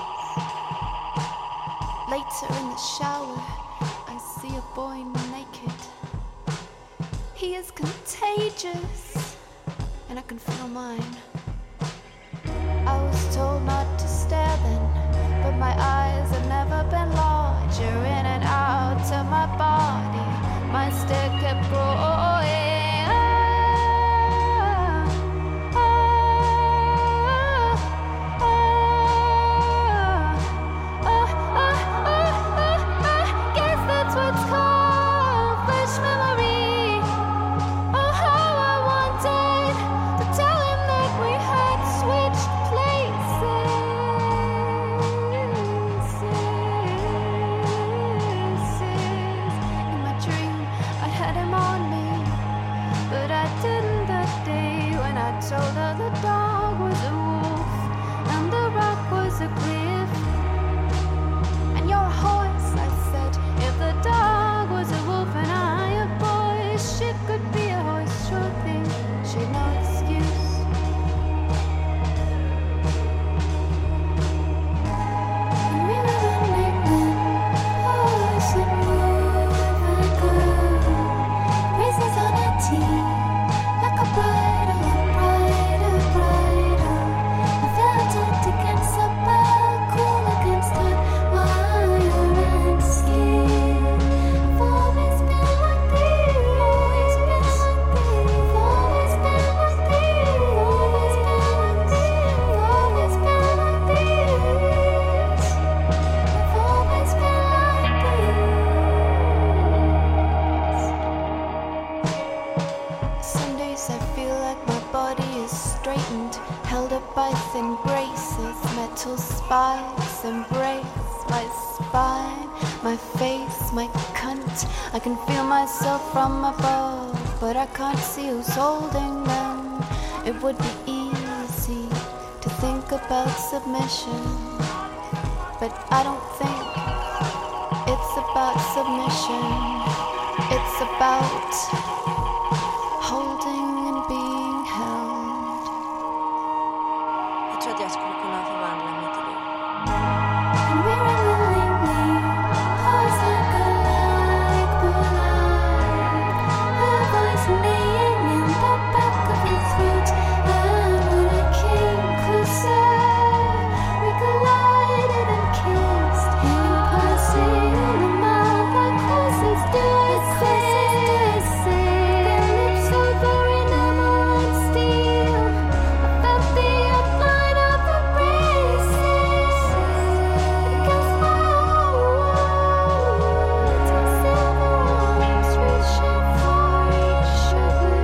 Later in the shower, I see a boy naked. He is contagious, and I can feel mine. I was told not to stare then, but my eyes have never been larger. In and out of my body, my stare kept growing. reality. Like a brighter, brighter, brighter. I felt it against the back, cool against hot wire and skin. I've always been like this, always been like this. I've always been like this, always been like this. I've always been like this. I've always been like this. Some days I feel like my body is straightened, held up by thin braces. Metal spikes embrace my spine, my face, my cunt. I can feel myself from above, but I can't see who's holding them. It would be easy to think about submission, but I don't think it's about submission. It's about holding and being held.
Jag tror att jag skulle kunna förvandla mig till det.
And we're willingly pause like a light blind. A voice neighing in the back of your throat. And when I came closer, we collided and kissed. In passing the mouth like horses do. It's this, their lips so very numb and steel. I felt the outline of the braces against my words. And silver arms reaching for each other.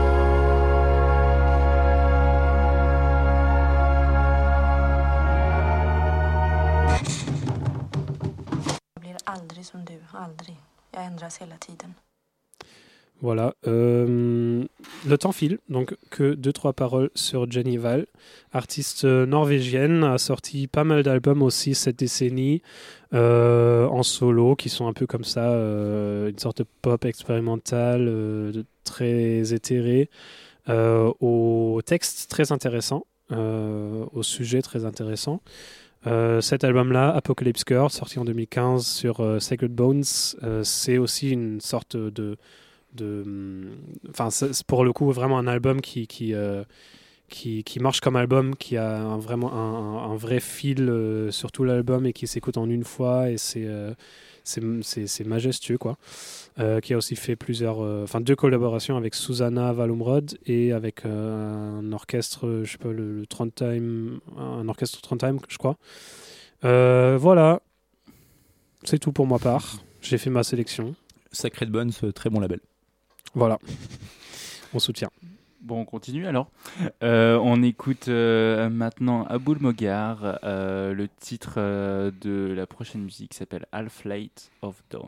Jag blir aldrig som du, aldrig. Jag ändras hela tiden.
Voilà. Euh, le temps file, donc que deux, trois paroles sur Jenny Val, artiste norvégienne, a sorti pas mal d'albums aussi cette décennie, euh, en solo, qui sont un peu comme ça, euh, une sorte de pop expérimental, euh, de- très éthéré, euh, au texte très intéressant, euh, au sujet très intéressant. Euh, cet album-là, Apocalypse Girl, sorti en deux mille quinze sur euh, Sacred Bones, euh, c'est aussi une sorte de de enfin c'est c'est pour le coup vraiment un album qui qui euh, qui, qui marche comme album, qui a un, vraiment un, un- un vrai fil euh, sur tout l'album et qui s'écoute en une fois, et c'est euh, c'est c'est c'est majestueux quoi. Euh, qui a aussi fait plusieurs euh, enfin deux collaborations avec Susanna Valumrod et avec euh, un orchestre, euh, je sais pas, le, le Trondheim, un orchestre Trondheim je crois. Euh, voilà, c'est tout pour ma part, j'ai fait ma sélection.
Sacred Bones, euh, très bon label.
Voilà, on soutient.
Bon, on continue alors. Euh, on écoute euh, maintenant Aboul Mogar. Euh, le titre euh, de la prochaine musique s'appelle Half Light of Dawn.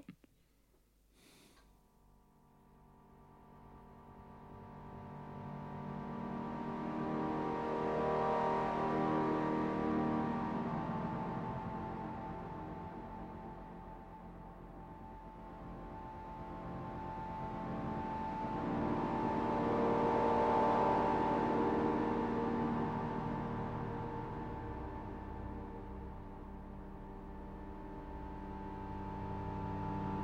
Thank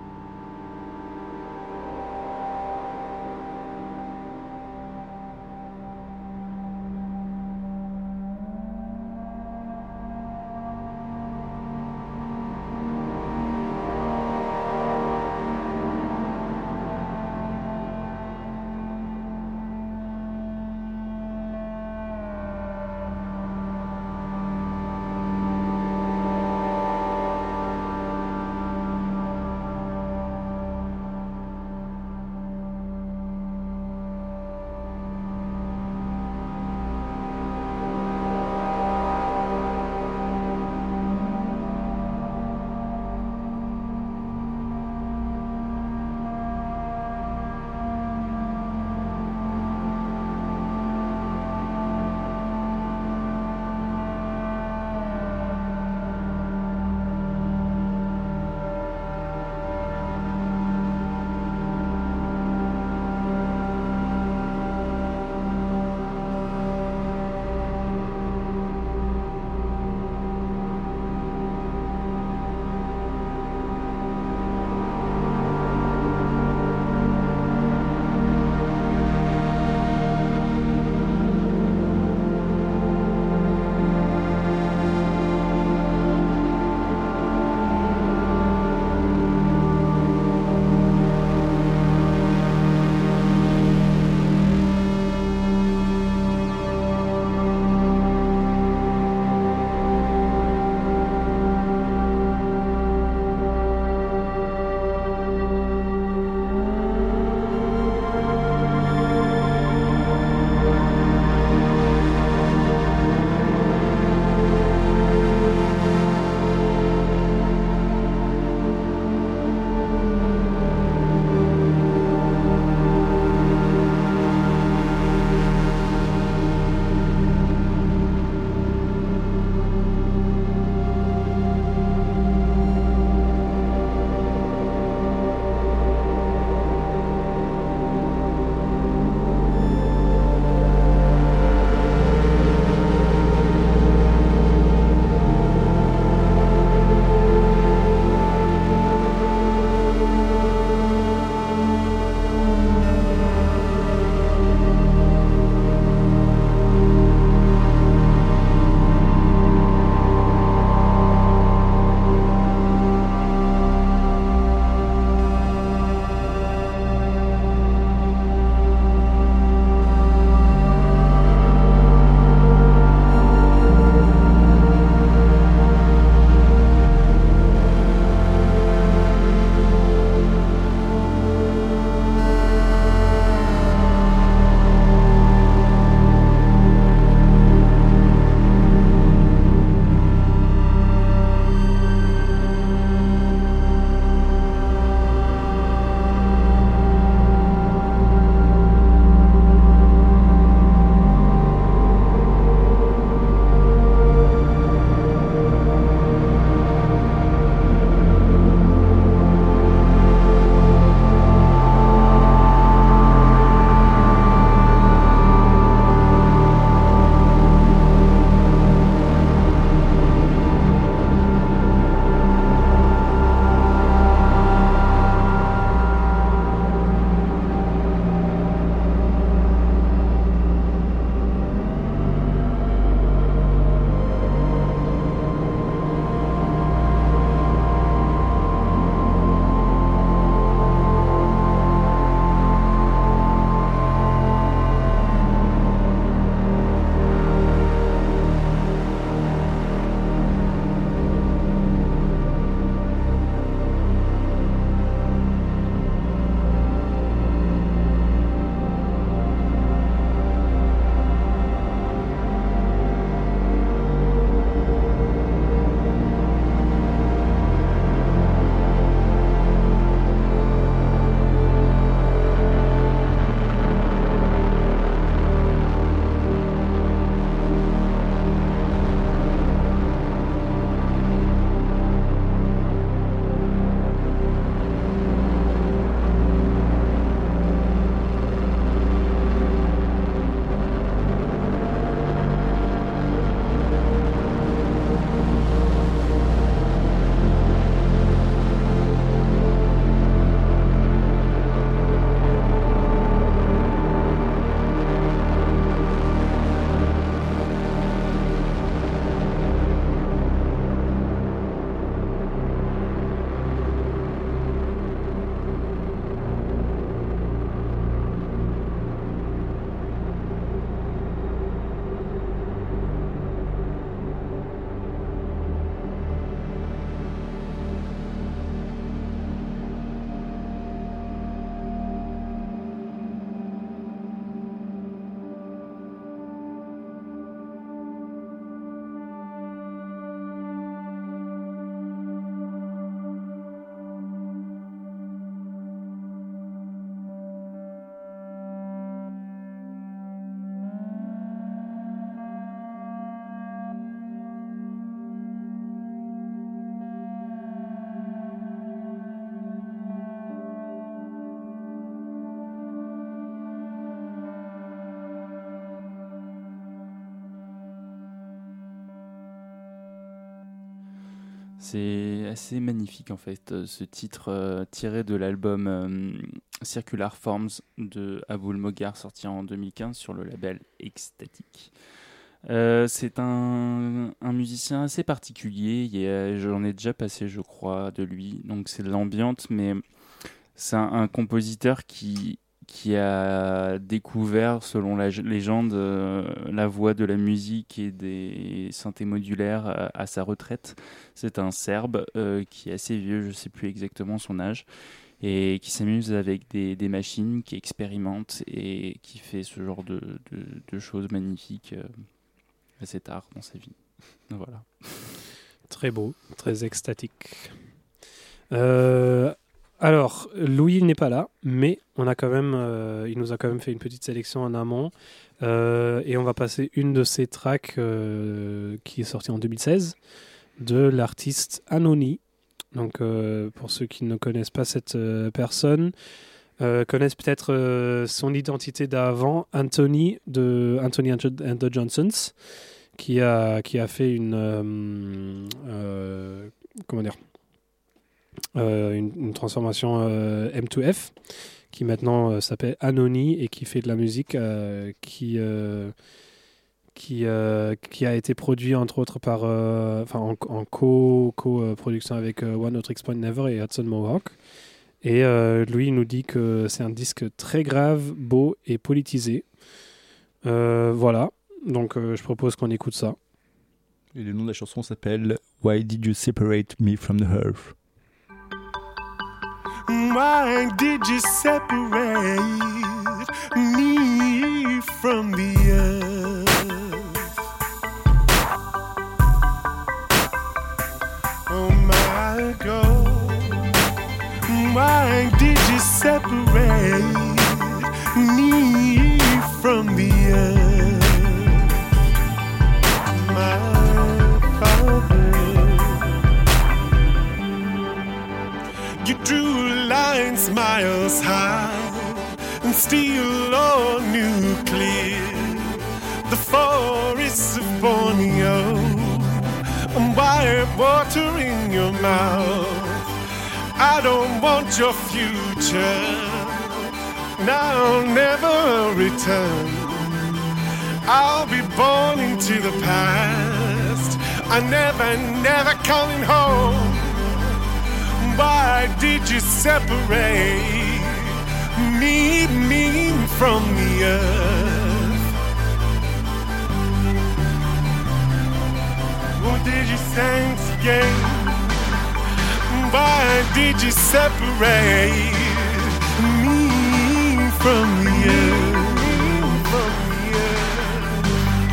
C'est assez magnifique en fait, euh, ce titre euh, tiré de l'album euh, Circular Forms de Aboul Moghar, sorti en deux mille quinze sur le label Ecstatic. Euh, c'est un, un musicien assez particulier, il y a, j'en ai déjà passé je crois de lui, donc c'est de l'ambiance, mais c'est un, un compositeur qui, qui a découvert, selon la légende, euh, la voie de la musique et des synthés modulaires à, à sa retraite. C'est un Serbe euh, qui est assez vieux, je ne sais plus exactement son âge, et qui s'amuse avec des, des machines, qui expérimente et qui fait ce genre de, de, de choses magnifiques euh, assez tard dans sa vie. Voilà.
Très beau, très extatique. Euh, alors, Louis n'est pas là, mais on a quand même, euh, il nous a quand même fait une petite sélection en amont, euh, et on va passer une de ses tracks euh, qui est sortie en deux mille seize de l'artiste Anony. Donc, euh, pour ceux qui ne connaissent pas cette euh, personne, euh, connaissent peut-être euh, son identité d'avant, Anthony de Anthony and the Johnsons, qui a qui a fait une euh, euh, comment dire euh, une, une transformation euh, M deux F qui maintenant euh, s'appelle Anony et qui fait de la musique euh, qui euh, qui euh, qui a été produit entre autres par euh, enfin en, en co co production avec euh, One Tricks Point Never et Hudson Mohawk. Et euh, lui il nous dit que c'est un disque très grave, beau et politisé. Euh, voilà. Donc euh, je propose qu'on écoute ça.
Et le nom de la chanson s'appelle Why Did You Separate Me From the Earth?
Why did you separate me from the earth? Oh my God, why did you separate me from the earth? You drew lines miles high and steel or nuclear, the forests of Borneo and white water in your mouth. I don't want your future, and I'll never return. I'll be born into the past. I never, never coming home. Why did you separate me, me from the earth? Or did you sing again? Why did you separate me from the earth? From the earth?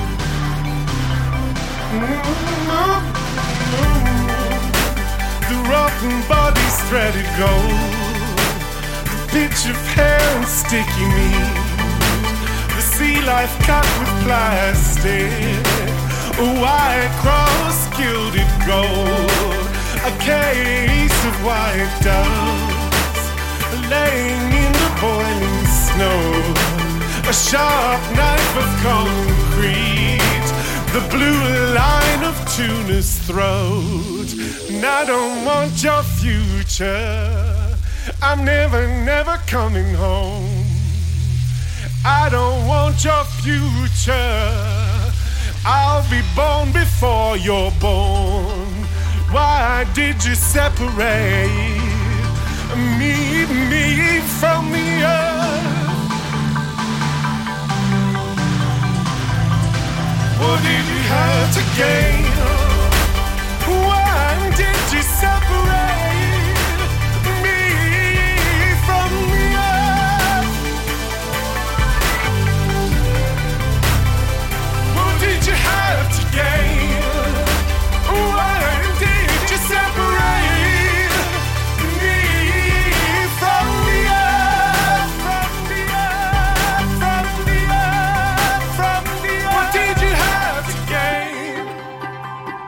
Mm-hmm. The rotten body's threaded gold, the pitch of hair and sticky meat, the sea life cut with plastic, a white cross gilded gold, a case of white doves laying in the boiling snow, a sharp knife of concrete, the blue line of tuna's throat. And I don't want your future, I'm never, never coming home. I don't want your future, I'll be born before you're born. Why did you separate me, me from the earth? What did you have to gain? Why did you separate me from the earth? What did you have to gain? Why did you separate me from the earth? From the earth, from the earth, from the earth. What did you have to gain?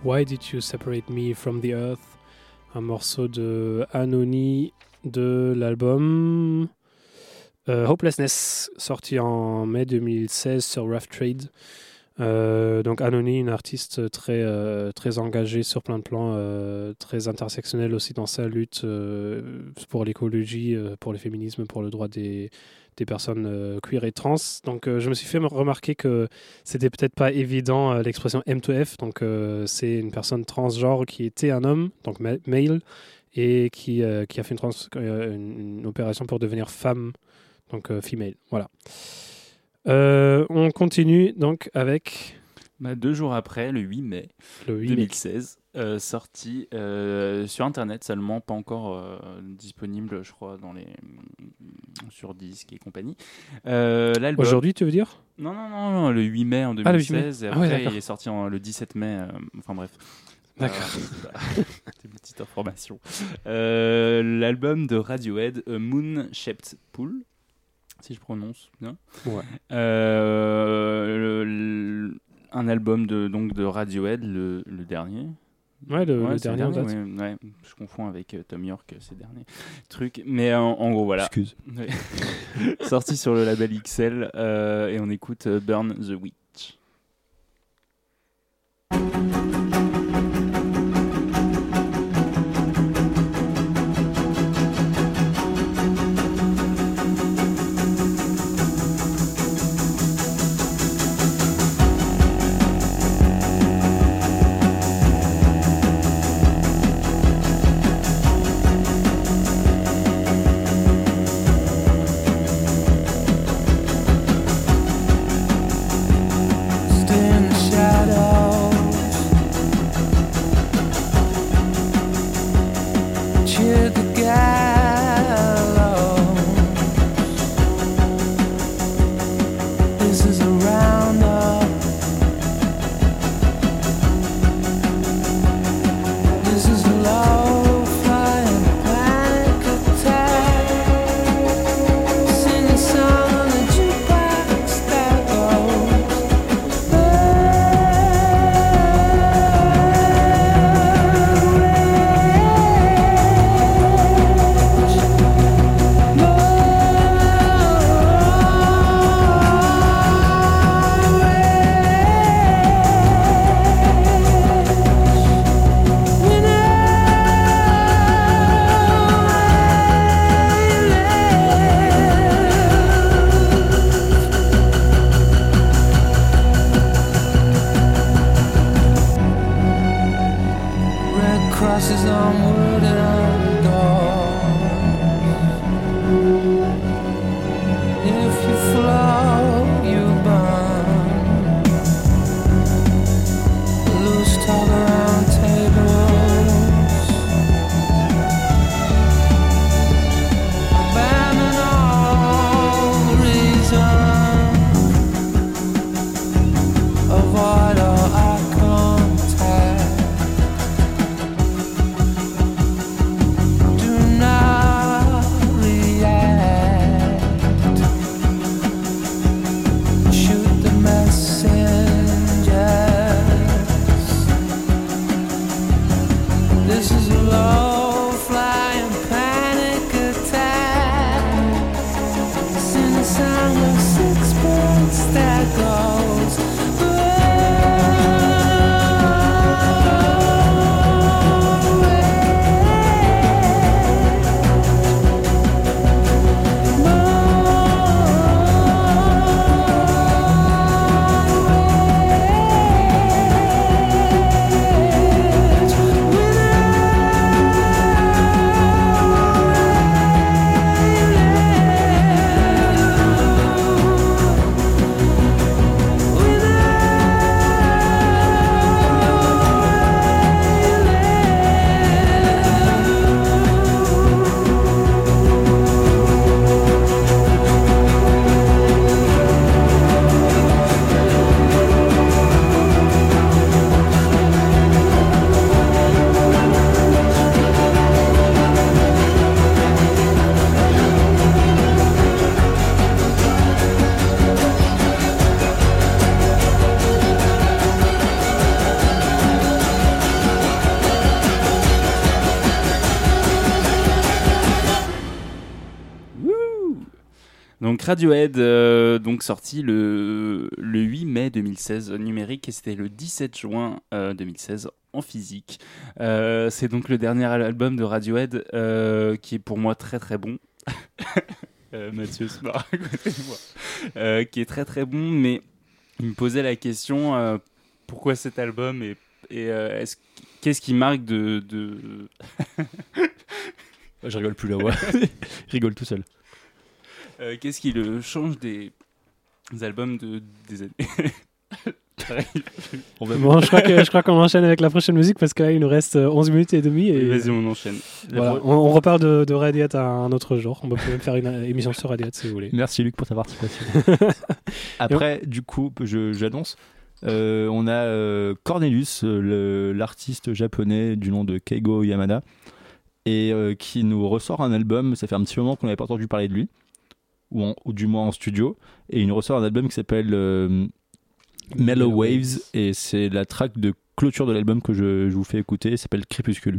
Why Did You Separate Me From The Earth, un morceau de Anony de l'album euh, Hopelessness, sorti en mai deux mille seize sur Rough Trade. Euh, donc Anony, une artiste très, euh, très engagée sur plein de plans, euh, très intersectionnelle aussi dans sa lutte euh, pour l'écologie, euh, pour le féminisme, pour le droit des, des personnes euh, queer et trans. Donc euh, je me suis fait remarquer que c'était peut-être pas évident euh, l'expression M deux F, donc euh, c'est une personne transgenre qui était un homme, donc ma- male, et qui, euh, qui a fait une, trans, euh, une, une opération pour devenir femme, donc euh, female, voilà. Euh, on continue donc avec...
Bah, deux jours après, le huit mai
le huit
deux mille seize, euh, sorti euh, sur Internet seulement, pas encore euh, disponible, je crois, dans les sur disque et compagnie. Euh, l'album...
Aujourd'hui, tu veux dire ?
Non, non, non, non, le huit mai en deux mille seize,
ah,
et
après
après
ah ouais,
il est sorti en, le dix-sept mai, euh, enfin bref.
D'accord.
Euh, c'est une petite information. Euh, l'album de Radiohead, A Moon Shaped Pool, si je prononce bien.
Ouais.
Euh, le, le, un album de, donc de Radiohead, le, le dernier.
Ouais, le,
ouais,
le dernier en date.
Ouais, ouais, je confonds avec euh, Tom York ces derniers trucs. Mais en, en gros, voilà.
Excuse.
Ouais. Sorti sur le label X L euh, et on écoute euh, Burn the Witch.
Avoid all eye contact.
Donc Radiohead, euh, donc sorti le, le huit mai deux mille seize numérique et c'était le dix-sept juin euh, deux mille seize en physique. Euh, c'est donc le dernier album de Radiohead euh, qui est pour moi très très bon. euh, Mathieu se marre à côté de moi. Euh, qui est très très bon, mais il me posait la question euh, pourquoi cet album et, et euh, est-ce, qu'est-ce qui marque de... de...
Je rigole plus là, ouais. Je rigole tout seul.
Euh, qu'est-ce qui le change des, des albums de, des années
on va... Bon, je crois, que, je crois qu'on enchaîne avec la prochaine musique parce qu'il nous reste onze minutes et demie. Et...
Vas-y, on enchaîne.
Voilà, on, on repart de, de Radiohead à un autre genre. On peut même faire une émission sur Radiohead si vous voulez.
Merci Luc pour ta participation. Après, du coup, je, j'annonce, euh, on a euh, Cornelius, le, l'artiste japonais du nom de Keigo Yamada, et euh, qui nous ressort un album. Ça fait un petit moment qu'on n'avait pas entendu parler de lui, ou, en, ou du moins en studio, et il nous ressort un album qui s'appelle euh, Mellow Waves, et c'est la track de clôture de l'album que je, je vous fais écouter. Il s'appelle Crépuscule.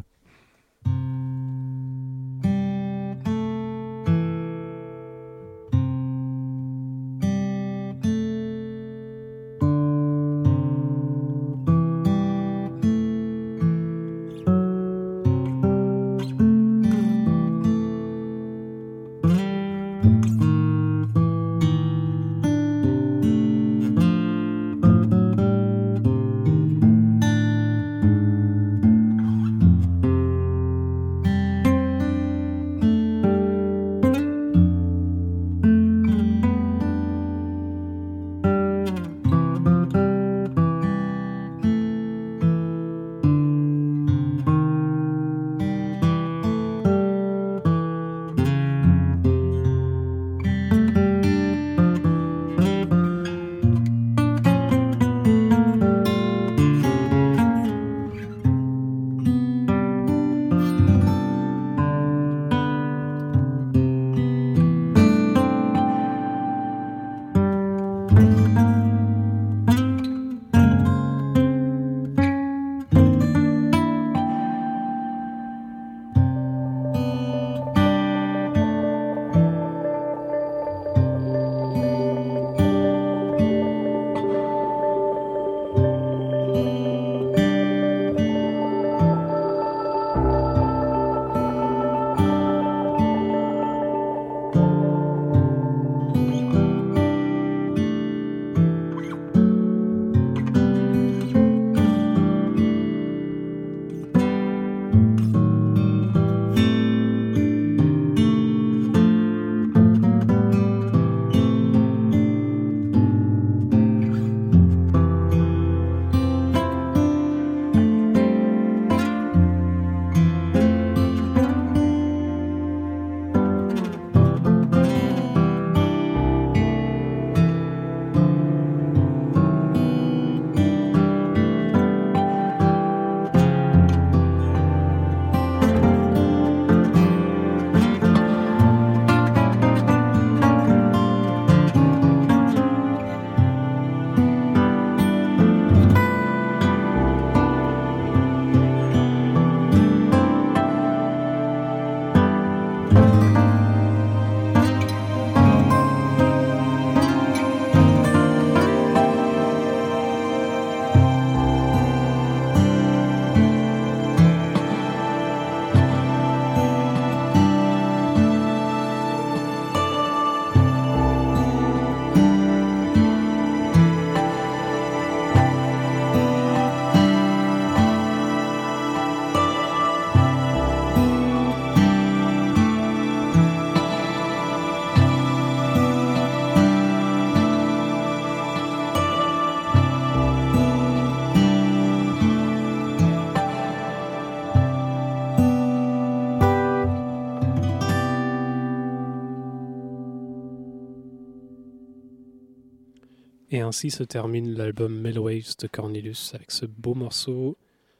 Et ainsi se termine l'album Mellow Waves de Cornelius avec ce beau morceau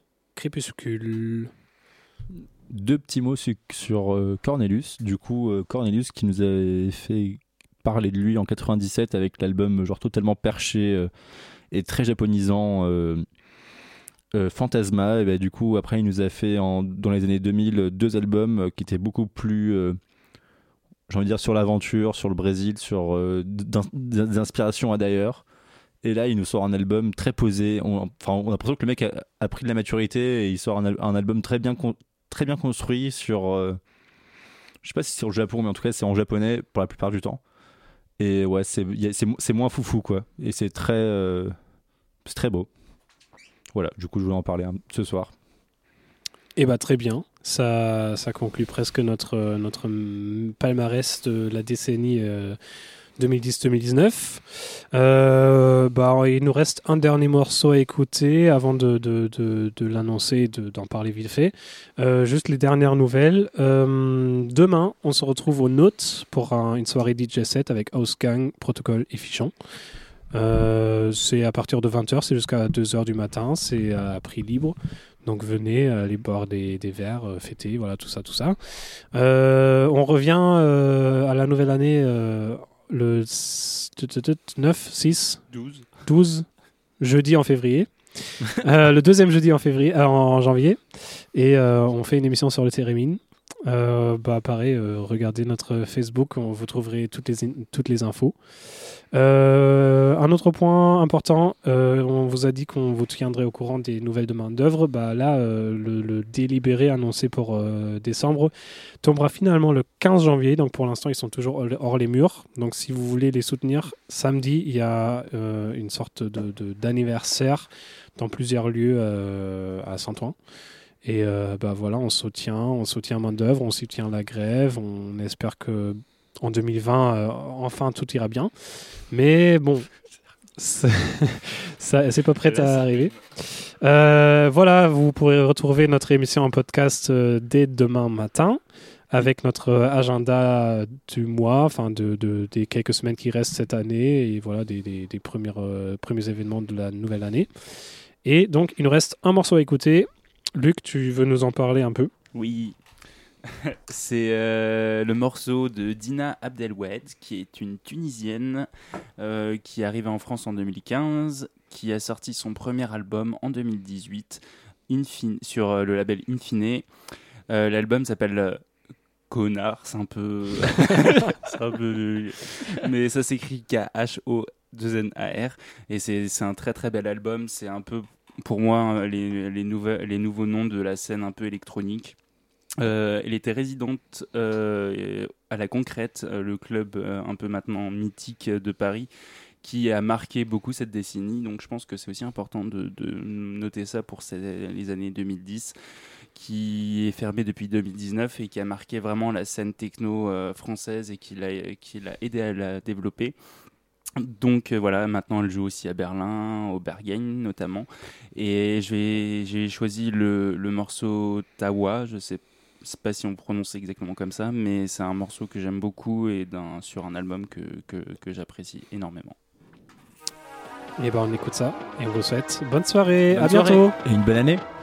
Crépuscule.
Deux petits mots su- sur euh, Cornelius. Du coup, euh, Cornelius qui nous avait fait parler de lui en quatre-vingt-dix-sept avec l'album genre totalement perché euh, et très japonisant euh, euh, Phantasma. Et bah, du coup, après, il nous a fait en, dans les années deux mille deux albums euh, qui étaient beaucoup plus... Euh, j'ai envie de dire, sur l'aventure, sur le Brésil, sur euh, d'in- d'inspiration à d'ailleurs. Et là, il nous sort un album très posé. On, enfin, on a l'impression que le mec a, a pris de la maturité et il sort un, al- un album très bien, con- très bien construit sur. Euh, je sais pas si c'est sur le Japon, mais en tout cas, c'est en japonais pour la plupart du temps. Et ouais, c'est, y a, c'est, c'est moins foufou, quoi. Et c'est très, euh, c'est très beau. Voilà, du coup, je voulais en parler hein, ce soir.
Eh bah très bien, ça, ça conclut presque notre, notre palmarès de la décennie euh, deux mille dix deux mille dix-neuf. Euh, bah, il nous reste un dernier morceau à écouter avant de, de, de, de l'annoncer et de, d'en parler vite fait. Euh, juste les dernières nouvelles. Euh, demain, on se retrouve au Note pour un, une soirée D J set avec House Gang, Protocol et Fichon. Euh, c'est à partir de vingt heures, c'est jusqu'à deux heures du matin, c'est à prix libre. Donc venez, aller boire des, des verres, euh, fêter, voilà, tout ça, tout ça. Euh, on revient euh, à la nouvelle année euh, le neuf, six,
douze.
douze jeudi en février. euh, le deuxième jeudi en février, euh, en janvier. Et euh, on fait une émission sur le Térémine. Euh, bah pareil, euh, regardez notre Facebook, on, vous trouverez toutes les, in- toutes les infos. Euh, un autre point important, euh, on vous a dit qu'on vous tiendrait au courant des nouvelles de main d'œuvre. Bah là, euh, le, le délibéré annoncé pour euh, décembre tombera finalement le quinze janvier. Donc pour l'instant, ils sont toujours hors les murs. Donc si vous voulez les soutenir, samedi, il y a euh, une sorte de, de, d'anniversaire dans plusieurs lieux euh, à Saint-Ouen. Et euh, bah voilà, on soutient, on soutient main d'œuvre, on soutient la grève. On espère que en deux mille vingt, euh, enfin tout ira bien. Mais bon, c'est, ça, c'est pas prêt à arriver. Euh, voilà, vous pourrez retrouver notre émission en podcast euh, dès demain matin avec notre agenda du mois, enfin de, de, des quelques semaines qui restent cette année et voilà des, des, des premières, euh, premiers événements de la nouvelle année. Et donc, il nous reste un morceau à écouter. Luc, tu veux nous en parler un peu ?
Oui. C'est euh, le morceau de Dina Abdelwed, qui est une Tunisienne euh, qui est arrivée en France en deux mille quinze, qui a sorti son premier album en deux mille dix-huit Infin- sur euh, le label Infine. Euh, l'album s'appelle euh, Connard, c'est un peu... c'est un peu... Mais ça s'écrit K H O deux N A R et c'est, c'est un très très bel album. C'est un peu, pour moi, les, les, nouvel- les nouveaux noms de la scène un peu électronique. Euh, elle était résidente euh, à la Concrète, euh, le club euh, un peu maintenant mythique de Paris, qui a marqué beaucoup cette décennie. Donc je pense que c'est aussi important de, de noter ça pour ces, les années deux mille dix, qui est fermé depuis deux mille dix-neuf et qui a marqué vraiment la scène techno euh, française et qui l'a, qui l'a aidé à la développer. Donc euh, voilà, maintenant elle joue aussi à Berlin, au Berghain notamment. Et je vais, j'ai choisi le, le morceau Tawa, je sais Je sais pas si on prononce exactement comme ça, mais c'est un morceau que j'aime beaucoup et d'un, sur un album que, que, que j'apprécie énormément.
Et ben on écoute ça et on vous souhaite bonne soirée,
Bonne
à
soirée.
bientôt
Et une bonne année.